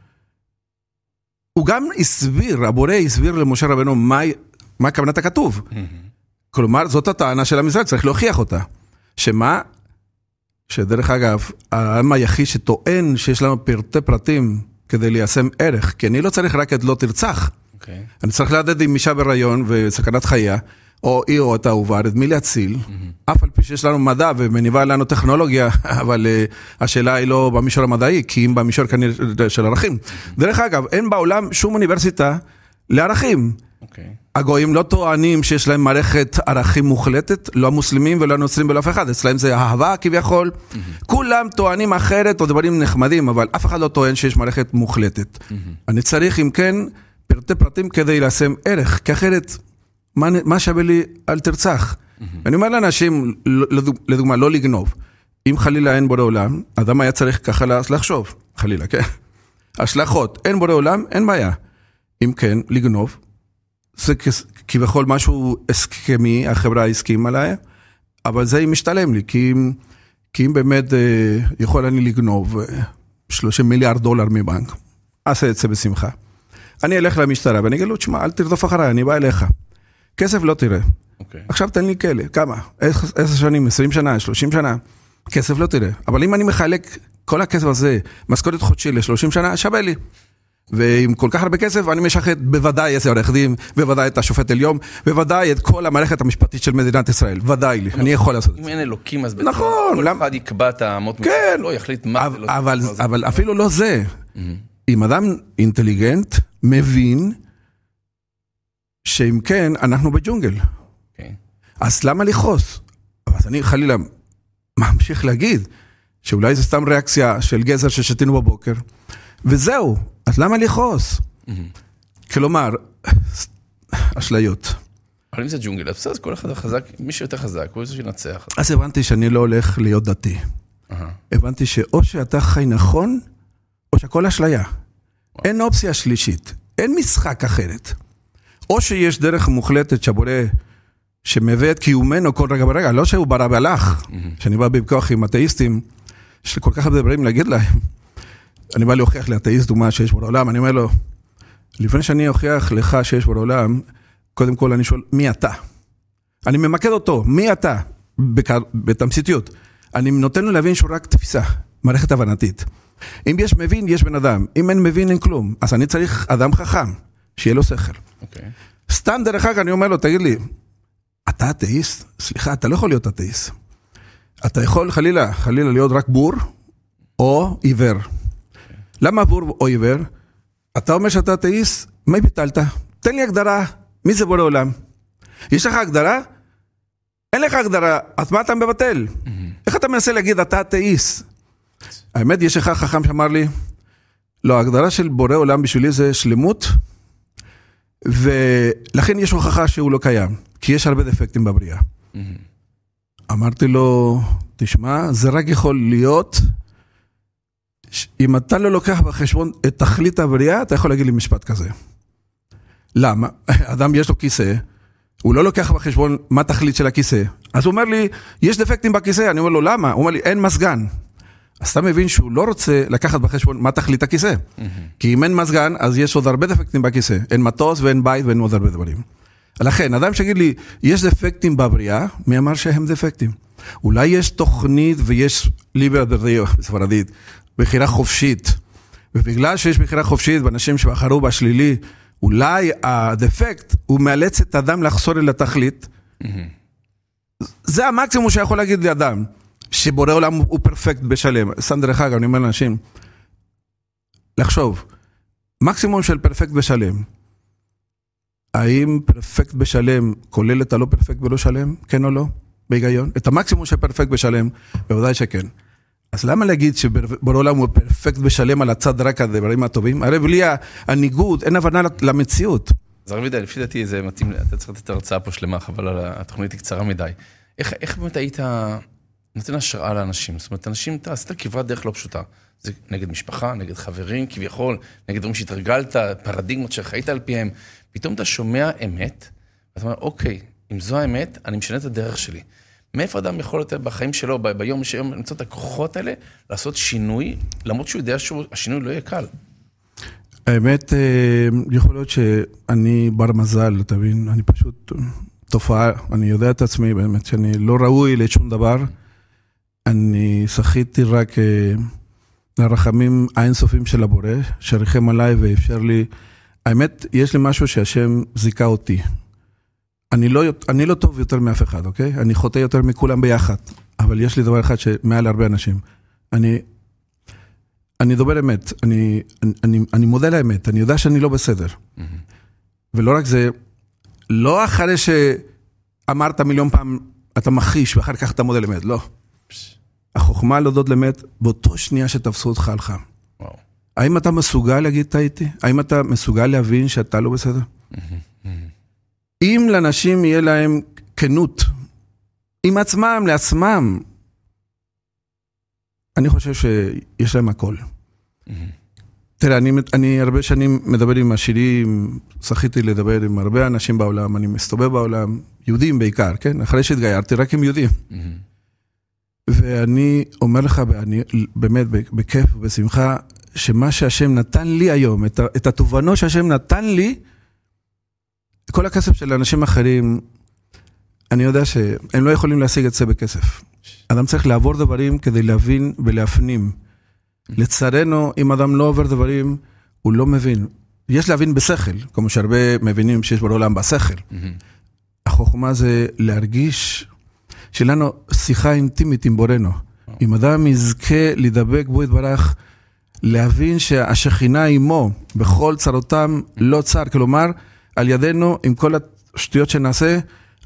הוא גם הסביר, הבורא הסביר למשה רבנו מה, מה כוונת הכתוב. Mm-hmm. כלומר, זאת הטענה של עם ישראל, צריך להוכיח אותה. שמה? שדרך אגב, העם היחיד שטוען שיש לנו פרטי פרטים כדי ליישם ערך, כי אני לא צריך רק את לא תרצח. Okay. אני צריך לדעת עם אישה ברעיון וסכנת חיה, או אי או את האהובה, את מי להציל, mm-hmm. אף על פי שיש לנו מדע ומניבה לנו טכנולוגיה, אבל uh, השאלה היא לא במישור המדעי, כי אם במישור כנראה של ערכים. Mm-hmm. דרך אגב, אין בעולם שום אוניברסיטה לערכים. Okay. הגויים לא טוענים שיש להם מערכת ערכים מוחלטת, לא המוסלמים ולא הנוצרים ולא אף אחד, אצלהם זה אהבה כביכול, mm-hmm. כולם טוענים אחרת או דברים נחמדים, אבל אף אחד לא טוען שיש מערכת מוחלטת. Mm-hmm. אני צריך אם כן פרטי פרטים כדי ליישם ערך, כי אחרת מה, מה שווה לי אל תרצח? Mm-hmm. אני אומר לאנשים, לדוגמה, לא לגנוב. אם חלילה אין בורא עולם, אדם היה צריך ככה לחשוב, חלילה, כן? השלכות, אין בורא עולם, אין בעיה. אם כן, לגנוב, זה כבכל משהו הסכמי, החברה הסכים עליי, אבל זה משתלם לי, כי אם, כי אם באמת אה, יכול אני לגנוב אה, שלושים מיליארד דולר מבנק, אעשה את זה בשמחה. אני אלך למשטרה ואני אגיד לו, תשמע, אל תרדוף אחריי, אני בא אליך. כסף לא תראה. Okay. עכשיו תן לי כאלה, כמה? עשר שנים, עשרים שנה, שלושים שנה, כסף לא תראה. אבל אם אני מחלק כל הכסף הזה, משכורת חודשי ל-שלושים שנה, שווה לי. ועם כל כך הרבה כסף, אני משחט בוודאי איזה עורך דין, בוודאי את השופט עליון, בוודאי את כל המערכת המשפטית של מדינת ישראל. ודאי לי, אני יכול לעשות את זה. אם אין אלוקים, אז בטח נכון. כל אחד יקבע את האמות מידה, לא יחליט מה זה לא. אבל אפילו לא זה. אם אדם אינטליגנט מבין שאם כן, אנחנו בג'ונגל. אז למה לכעוס? אז אני חלילה ממשיך להגיד, שאולי זה סתם ריאקציה של גזר ששתינו בבוקר, וזהו, אז למה לכעוס? כלומר, אשליות. אבל אם זה ג'ונגל, בסדר, כל אחד חזק, מי שיותר חזק, הוא זה שינצח. אז הבנתי שאני לא הולך להיות דתי. הבנתי שאו שאתה חי נכון, או שהכל אשליה. אין אופציה שלישית, אין משחק אחרת. או שיש דרך מוחלטת שהבורא שמביא את קיומנו כל רגע ברגע, לא שהוא ברא והלך, שאני בא בכוח עם אתאיסטים, יש לי כל כך הרבה דברים להגיד להם. אני בא להוכיח לאתאיסט דומה שיש בורא עולם, אני אומר לו, לפני שאני אוכיח לך שיש בורא עולם, קודם כל אני שואל, מי אתה? אני ממקד אותו, מי אתה? בתמציתיות. אני נותן לו להבין שהוא רק תפיסה, מערכת הבנתית. אם יש מבין, יש בן אדם. אם אין מבין, אין כלום. אז אני צריך אדם חכם, שיהיה לו שכל. Okay. סתם דרך אגב, אני אומר לו, תגיד לי, אתה אתאיסט? סליחה, אתה לא יכול להיות אתאיסט. אתה יכול חלילה, חלילה להיות רק בור, או עיוור. Okay. למה בור או עיוור? אתה אומר שאתה אתאיסט, מה ביטלת? תן לי הגדרה, מי זה בורא עולם? יש לך הגדרה? אין לך הגדרה, אז מה אתה מבטל? Mm-hmm. איך אתה מנסה להגיד, אתה אתאיסט? האמת, יש אחד חכם שאמר לי, לא, ההגדרה של בורא עולם בשבילי זה שלמות, ולכן יש הוכחה שהוא לא קיים, כי יש הרבה דפקטים בבריאה. Mm-hmm. אמרתי לו, תשמע, זה רק יכול להיות, אם אתה לא לוקח בחשבון את תכלית הבריאה, אתה יכול להגיד לי משפט כזה. למה? אדם יש לו כיסא, הוא לא לוקח בחשבון מה תכלית של הכיסא. אז הוא אומר לי, יש דפקטים בכיסא. אני אומר לו, למה? הוא אומר לי, אין מסגן. אז אתה מבין שהוא לא רוצה לקחת בחשבון מה תכלית הכיסא. כי אם אין מסגן, אז יש עוד הרבה דפקטים בכיסא. אין מטוס ואין בית ואין עוד הרבה דברים. לכן, אדם שגיד לי, יש דפקטים בבריאה, מי אמר שהם דפקטים? אולי יש תוכנית ויש ליבר דרדיו, בספרדית, בחירה חופשית. ובגלל שיש בחירה חופשית, ואנשים שבחרו בשלילי, אולי הדפקט הוא מאלץ את האדם לחזור אל התכלית. זה המקסימום שיכול להגיד לאדם, שבורא עולם הוא פרפקט בשלם. סתם דרך אגב, אני אומר לאנשים, לחשוב, מקסימום של פרפקט בשלם, האם פרפקט בשלם כולל את הלא פרפקט ולא שלם? כן או לא? בהיגיון? את המקסימום של פרפקט בשלם, בוודאי שכן. אז למה להגיד שבורא עולם הוא פרפקט בשלם על הצד רק הדברים הטובים? הרי בלי הניגוד, אין הבנה למציאות. אז הרב ידע, לפי דעתי זה מתאים, אתה צריך לתת הרצאה פה שלמה, אבל התוכנית היא קצרה מדי. איך, איך באמת היית נותן השראה לאנשים? זאת אומרת, אנשים, אתה עשית כברת דרך לא פשוטה. זה נגד משפחה, נגד חברים, כביכול, נגד דברים שהתרגלת, פרדיגמות שחיית על פיהם. פתאום אתה שומע אמת, ואתה אומר, אוקיי, אם זו האמת, אני משנה את הדרך שלי. מאיפה אדם יכול יותר בחיים שלו, ב- ביום שיום, למצוא את הכוחות האלה, לעשות שינוי, למרות שהוא יודע שהשינוי לא יהיה קל? האמת, יכול להיות שאני בר מזל, תבין, אני פשוט תופעה, אני יודע את עצמי באמת, שאני לא ראוי לשום דבר, אני שחיתי רק לרחמים האינסופים של הבורא, שריחם עליי ואפשר לי, האמת, יש לי משהו שהשם זיקה אותי, אני לא, אני לא טוב יותר מאף אחד, אוקיי? אני חוטא יותר מכולם ביחד, אבל יש לי דבר אחד שמעל הרבה אנשים. אני, אני דובר אמת, אני, אני, אני מודה לאמת, אני יודע שאני לא בסדר. Mm-hmm. ולא רק זה, לא אחרי שאמרת מיליון פעם, אתה מחיש, ואחר כך אתה מודה לאמת, לא. החוכמה להודות לאמת, באותו שנייה שתפסו אותך על חם. וואו. האם אתה מסוגל להגיד טעיתי? האם אתה מסוגל להבין שאתה לא בסדר? Mm-hmm. אם לאנשים יהיה להם כנות, עם עצמם, לעצמם, אני חושב שיש להם הכל. Mm-hmm. תראה, אני, אני הרבה שנים מדבר עם עשירים, זכיתי לדבר עם הרבה אנשים בעולם, אני מסתובב בעולם, יהודים בעיקר, כן? אחרי שהתגיירתי, רק עם יהודים. Mm-hmm. ואני אומר לך, אני, באמת, בכיף ובשמחה, שמה שהשם נתן לי היום, את, את התובנות שהשם נתן לי, כל הכסף של אנשים אחרים, אני יודע שהם לא יכולים להשיג את זה בכסף. אדם צריך לעבור דברים כדי להבין ולהפנים. לצערנו, אם אדם לא עובר דברים, הוא לא מבין. יש להבין בשכל, כמו שהרבה מבינים שיש בעולם בשכל. החוכמה זה להרגיש שלנו שיחה אינטימית עם בורנו. אם אדם יזכה לדבק בו יתברך, להבין שהשכינה עמו, בכל צרותם לא צר, כלומר, על ידינו, עם כל השטויות שנעשה,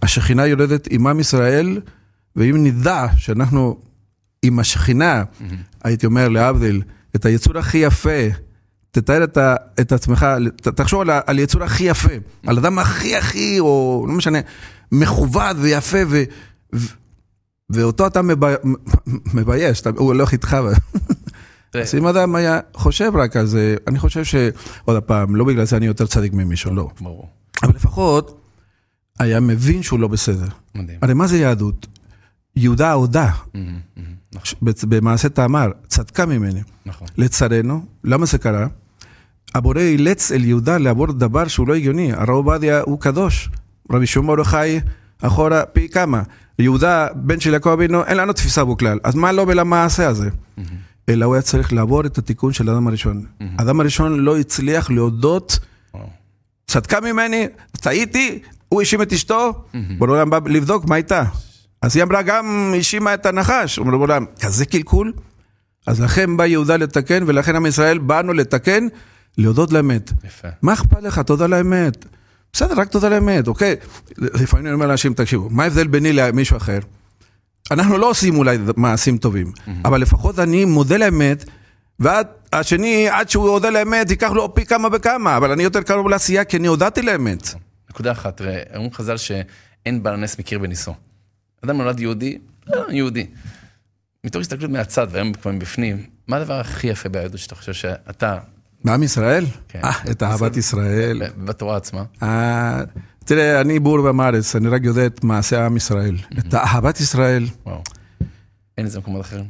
השכינה יורדת עם עם ישראל, ואם נדע שאנחנו עם השכינה, הייתי אומר להבדיל, את היצור הכי יפה, תתאר את, ה, את עצמך, תחשוב על, על יצור הכי יפה, על אדם הכי הכי, או לא משנה, מכובד ויפה, ו, ו, ואותו אתה מבי, מבייש, אתה, הוא הולך איתך. אז אם אדם היה חושב רק על זה, אני חושב שעוד הפעם, לא בגלל זה אני יותר צדיק ממישהו, לא. ברור. אבל לפחות, היה מבין שהוא לא בסדר. מדהים. הרי מה זה יהדות? יהודה הודה, במעשה תאמר, צדקה ממני. נכון. לצערנו, למה זה קרה? הבורא אילץ אל יהודה לעבור דבר שהוא לא הגיוני. הרב עובדיה הוא קדוש. רבי שמעון בר יוחאי אחורה פי כמה. יהודה, בן של יעקב אבינו, אין לנו תפיסה בו כלל. אז מה לא ולמעשה הזה? אלא הוא היה צריך לעבור את התיקון של האדם הראשון. האדם הראשון לא הצליח להודות, צדקה ממני, טעיתי, הוא האשים את אשתו, בורא בא לבדוק מה הייתה. אז היא אמרה גם, האשימה את הנחש. הוא אומר, כזה קלקול? אז לכן בא יהודה לתקן, ולכן עם ישראל באנו לתקן, להודות לאמת. יפה. מה אכפת לך? תודה לאמת. בסדר, רק תודה לאמת, אוקיי? לפעמים אני אומר לאנשים, תקשיבו, מה ההבדל ביני למישהו אחר? אנחנו לא עושים אולי מעשים טובים, אבל לפחות אני מודה לאמת, ועד השני, עד שהוא הודה לאמת, ייקח לו פי כמה וכמה, אבל אני יותר קרוב לעשייה, כי אני הודעתי לאמת. נקודה אחת, תראה, אומרים חז"ל שאין בעל נס מכיר בניסו. אדם נולד יהודי, לא, יהודי. מתוך הסתכלות מהצד, והיום פעמים בפנים, מה הדבר הכי יפה ביהדות שאתה חושב שאתה... בעם ישראל? כן. אה, את אהבת ישראל. בתורה עצמה. אה, תראה, אני בור במארץ, אני רק יודע את מעשה עם ישראל. את אהבת ישראל. וואו. אין איזה מקומות אחרים?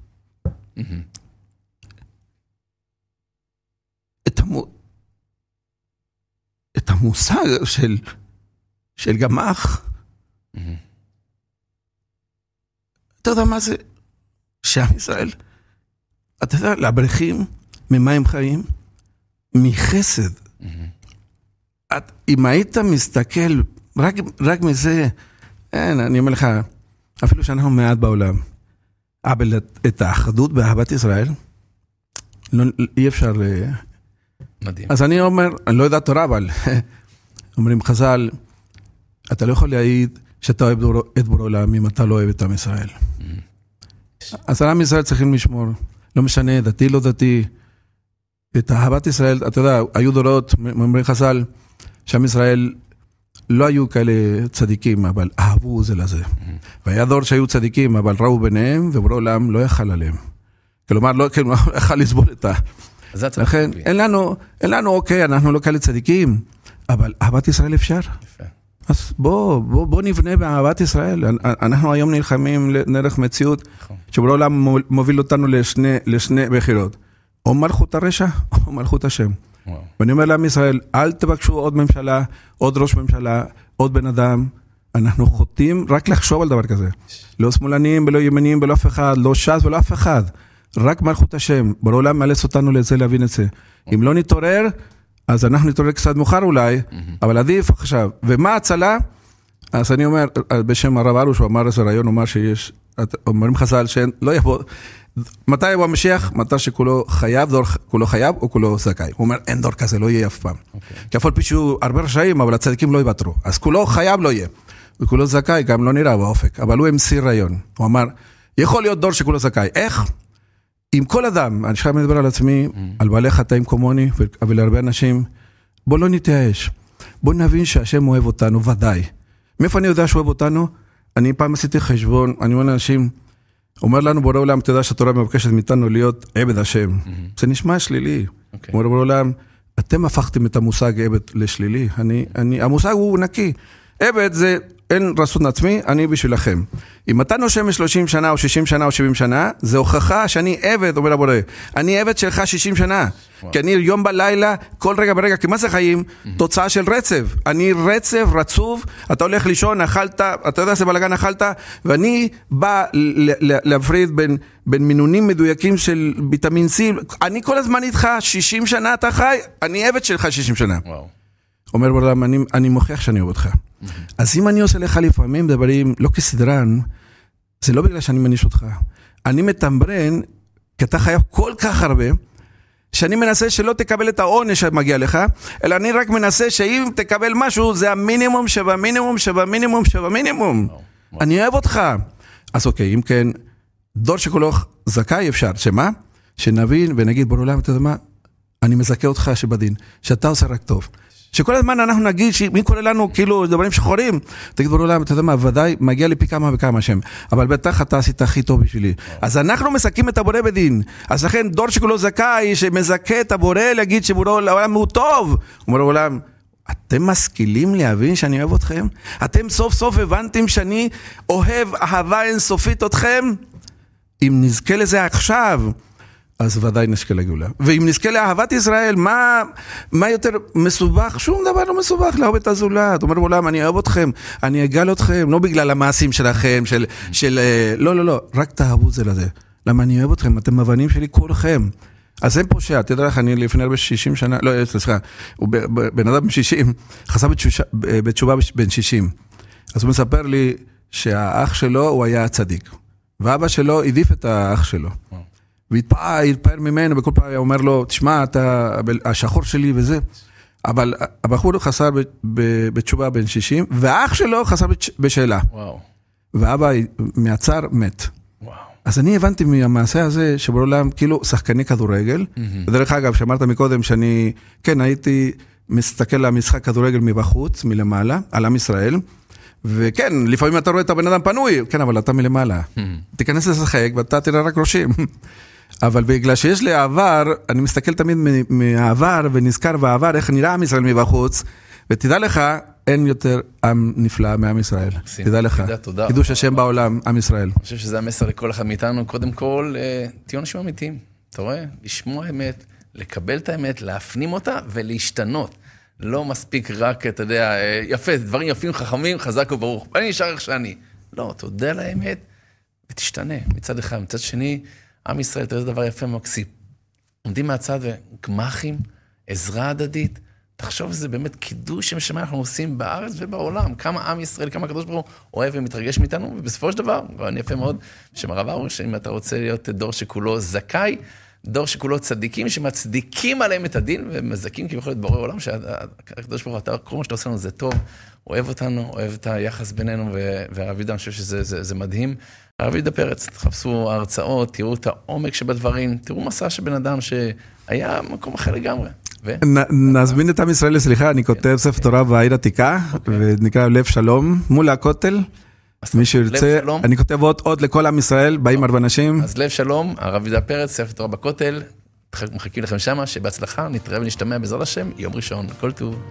את המו... את המושג של... של גמח. אתה יודע מה זה? שעם ישראל, אתה יודע, לאברכים, ממים חיים, מחסד. את, אם היית מסתכל, רק, רק מזה, אין, אני אומר לך, אפילו שאנחנו מעט בעולם, אבל את, את האחדות באהבת ישראל, לא, אי אפשר... מדהים. אז אני אומר, אני לא יודע תורה, אבל אומרים חז"ל, אתה לא יכול להעיד שאתה אוהב את בורא עולם אם אתה לא אוהב את עם ישראל. אז עם ישראל צריכים לשמור, לא משנה, דתי, לא דתי, את אהבת ישראל, אתה יודע, היו דורות, אומרים חז"ל, שעם ישראל לא היו כאלה צדיקים, אבל אהבו זה לזה. והיה דור שהיו צדיקים, אבל ראו ביניהם, ובורא עולם לא יכל עליהם. כלומר, לא יכל לסבול את ה... לכן, אין לנו, אין לנו, אוקיי, אנחנו לא כאלה צדיקים, אבל אהבת ישראל אפשר. יפה. אז בוא, בוא, בוא נבנה באהבת ישראל. אנחנו היום נלחמים לדרך מציאות, שבורא עולם מוביל אותנו לשני, לשני בחירות. או מלכות הרשע, או מלכות השם. וואו. ואני אומר לעם ישראל, אל תבקשו עוד ממשלה, עוד ראש ממשלה, עוד בן אדם. אנחנו חוטאים רק לחשוב על דבר כזה. לא שמאלנים ולא ימנים ולא אף אחד, לא ש"ס ולא אף אחד. רק מלכות השם. בורא עולם מאלץ אותנו לזה, להבין את זה. אם לא נתעורר, אז אנחנו נתעורר קצת מאוחר אולי, אבל עדיף עכשיו. ומה הצלה? אז אני אומר, בשם הרב ארוש, הוא אמר איזה רעיון, הוא אמר שיש, אומרים חז"ל שלא יבוא, מתי יבוא המשיח? מתי שכולו חייב, דור כולו חייב או כולו זכאי. הוא אומר, אין דור כזה, לא יהיה אף פעם. כי אף על פי שהוא הרבה רשעים, אבל הצדיקים לא יוותרו. אז כולו חייב לא יהיה. וכולו זכאי, גם לא נראה באופק. אבל הוא המציא רעיון. הוא אמר, יכול להיות דור שכולו זכאי. איך? עם כל אדם, אני חייב לדבר על עצמי, על בעלי חטאים כמוני, ולהרבה אנשים, בוא לא נתייאש. בוא נבין שהשם אוהב אותנו, ודאי. מאיפה אני יודע שהוא אוהב אותנו? אני פעם עשיתי חשבון, אני אומר לאנשים, אומר לנו בורא עולם, אתה יודע שהתורה מבקשת מאיתנו להיות עבד השם. זה נשמע שלילי. אומר בורא עולם, אתם הפכתם את המושג עבד לשלילי. המושג הוא נקי. עבד זה, אין רצון עצמי, אני בשבילכם. אם אתה נושם שלושים שנה או שישים שנה או שבעים שנה, זה הוכחה שאני עבד, אומר הבורא. אני עבד שלך שישים שנה. כי אני יום בלילה, כל רגע ברגע, כי מה זה חיים? תוצאה של רצב. אני רצב, רצוב, אתה הולך לישון, אכלת, אתה יודע, זה בלגן אכלת, ואני בא להפריד בין, בין מינונים מדויקים של ויטמין C. אני כל הזמן איתך, שישים שנה אתה חי, אני עבד שלך שישים שנה. וואו. אומר בעולם, אני, אני מוכיח שאני אוהב אותך. אז אם אני עושה לך לפעמים דברים לא כסדרן, זה לא בגלל שאני מניש אותך. אני מתמברן, כי אתה חייב כל כך הרבה, שאני מנסה שלא תקבל את העונש שמגיע לך, אלא אני רק מנסה שאם תקבל משהו, זה המינימום שבמינימום שבמינימום שבמינימום. אני אוהב אותך. אז אוקיי, אם כן, דור שכולו זכאי אפשר, שמה? שנבין ונגיד בורא עולם, אתה יודע מה? אני מזכה אותך שבדין, שאתה עושה רק טוב. שכל הזמן אנחנו נגיד, מי קורא לנו כאילו דברים שחורים, תגיד בורא עולם, אתה יודע מה, ודאי מגיע לי פי כמה וכמה שם, אבל בטח אתה עשית הכי טוב בשבילי. אז אנחנו מזכים את הבורא בדין, אז לכן דור שכולו זכאי, שמזכה את הבורא להגיד שבורא העולם הוא טוב, אומר העולם, אתם משכילים להבין שאני אוהב אתכם? אתם סוף סוף הבנתם שאני אוהב אהבה אינסופית אתכם? אם נזכה לזה עכשיו, אז ודאי נזכה לגאולה. ואם נזכה לאהבת ישראל, מה, מה יותר מסובך? שום דבר לא מסובך, לאהוב את הזולת. אומר בעולם, אני אוהב אתכם, אני אגל אתכם, לא בגלל המעשים שלכם, של, של, לא, לא, לא, רק תאהבו זה לזה. למה אני אוהב אתכם? אתם מבנים שלי כולכם. אז אין פושע, תדע לך, אני לפני הרבה שישים שנה, לא, סליחה, הוא בן אדם שישים, חסה בתשובה בן שישים. אז הוא מספר לי שהאח שלו הוא היה צדיק. ואבא שלו העדיף את האח שלו. והתפער ממנו, בכל פעם הוא אומר לו, תשמע, אתה השחור שלי וזה. אבל הבחור חסר בתשובה בן שישים, והאח שלו חסר בשאלה. ואבא מהצער מת. אז אני הבנתי מהמעשה הזה שבעולם כאילו שחקני כדורגל. בדרך אגב, שאמרת מקודם שאני, כן, הייתי מסתכל למשחק כדורגל מבחוץ, מלמעלה, על עם ישראל. וכן, לפעמים אתה רואה את הבן אדם פנוי, כן, אבל אתה מלמעלה. תיכנס לשחק ואתה תראה רק ראשים. אבל בגלל שיש לי העבר, אני מסתכל תמיד מהעבר ונזכר בעבר איך נראה עם ישראל מבחוץ, ותדע לך, אין יותר עם נפלא מעם ישראל. תדע לך, קידוש השם בעולם, עם ישראל. אני חושב שזה המסר לכל אחד מאיתנו, קודם כל, תהיו אנשים אמיתיים. אתה רואה? לשמוע אמת, לקבל את האמת, להפנים אותה ולהשתנות. לא מספיק רק, אתה יודע, יפה, דברים יפים, חכמים, חזק וברוך. אני נשאר איך שאני. לא, תודה לאמת ותשתנה. מצד אחד, מצד שני, עם ישראל, תראה, זה דבר יפה ומקסים. עומדים מהצד וגמחים, עזרה הדדית, תחשוב, זה באמת קידוש שמה אנחנו עושים בארץ ובעולם. כמה עם ישראל, כמה הקדוש ברוך הוא אוהב ומתרגש מאיתנו, ובסופו של דבר, ואני יפה מאוד, שמרב ארור, שאם אתה רוצה להיות דור שכולו זכאי, דור שכולו צדיקים, שמצדיקים עליהם את הדין, ומזכים כביכול את בורא עולם, שהקדוש ברוך הוא, כל מה שאתה עושה לנו זה טוב, אוהב אותנו, אוהב את היחס בינינו, והרב יהודה, אני חושב שזה זה, זה מדהים. הרב יהודה פרץ, תחפשו ההרצאות, תראו את העומק שבדברים, תראו מסע של בן אדם שהיה מקום אחר לגמרי. נזמין את עם ישראל לסליחה, אני כותב ספר תורה בעיר עתיקה, ונקרא לב שלום, מול הכותל. מי שירצה, אני כותב עוד לכל עם ישראל, באים הרבה אנשים. אז לב שלום, הרב יהודה פרץ, ספר תורה בכותל, מחכים לכם שמה, שבהצלחה, נתראה ונשתמע בעזרת השם, יום ראשון, כל טוב.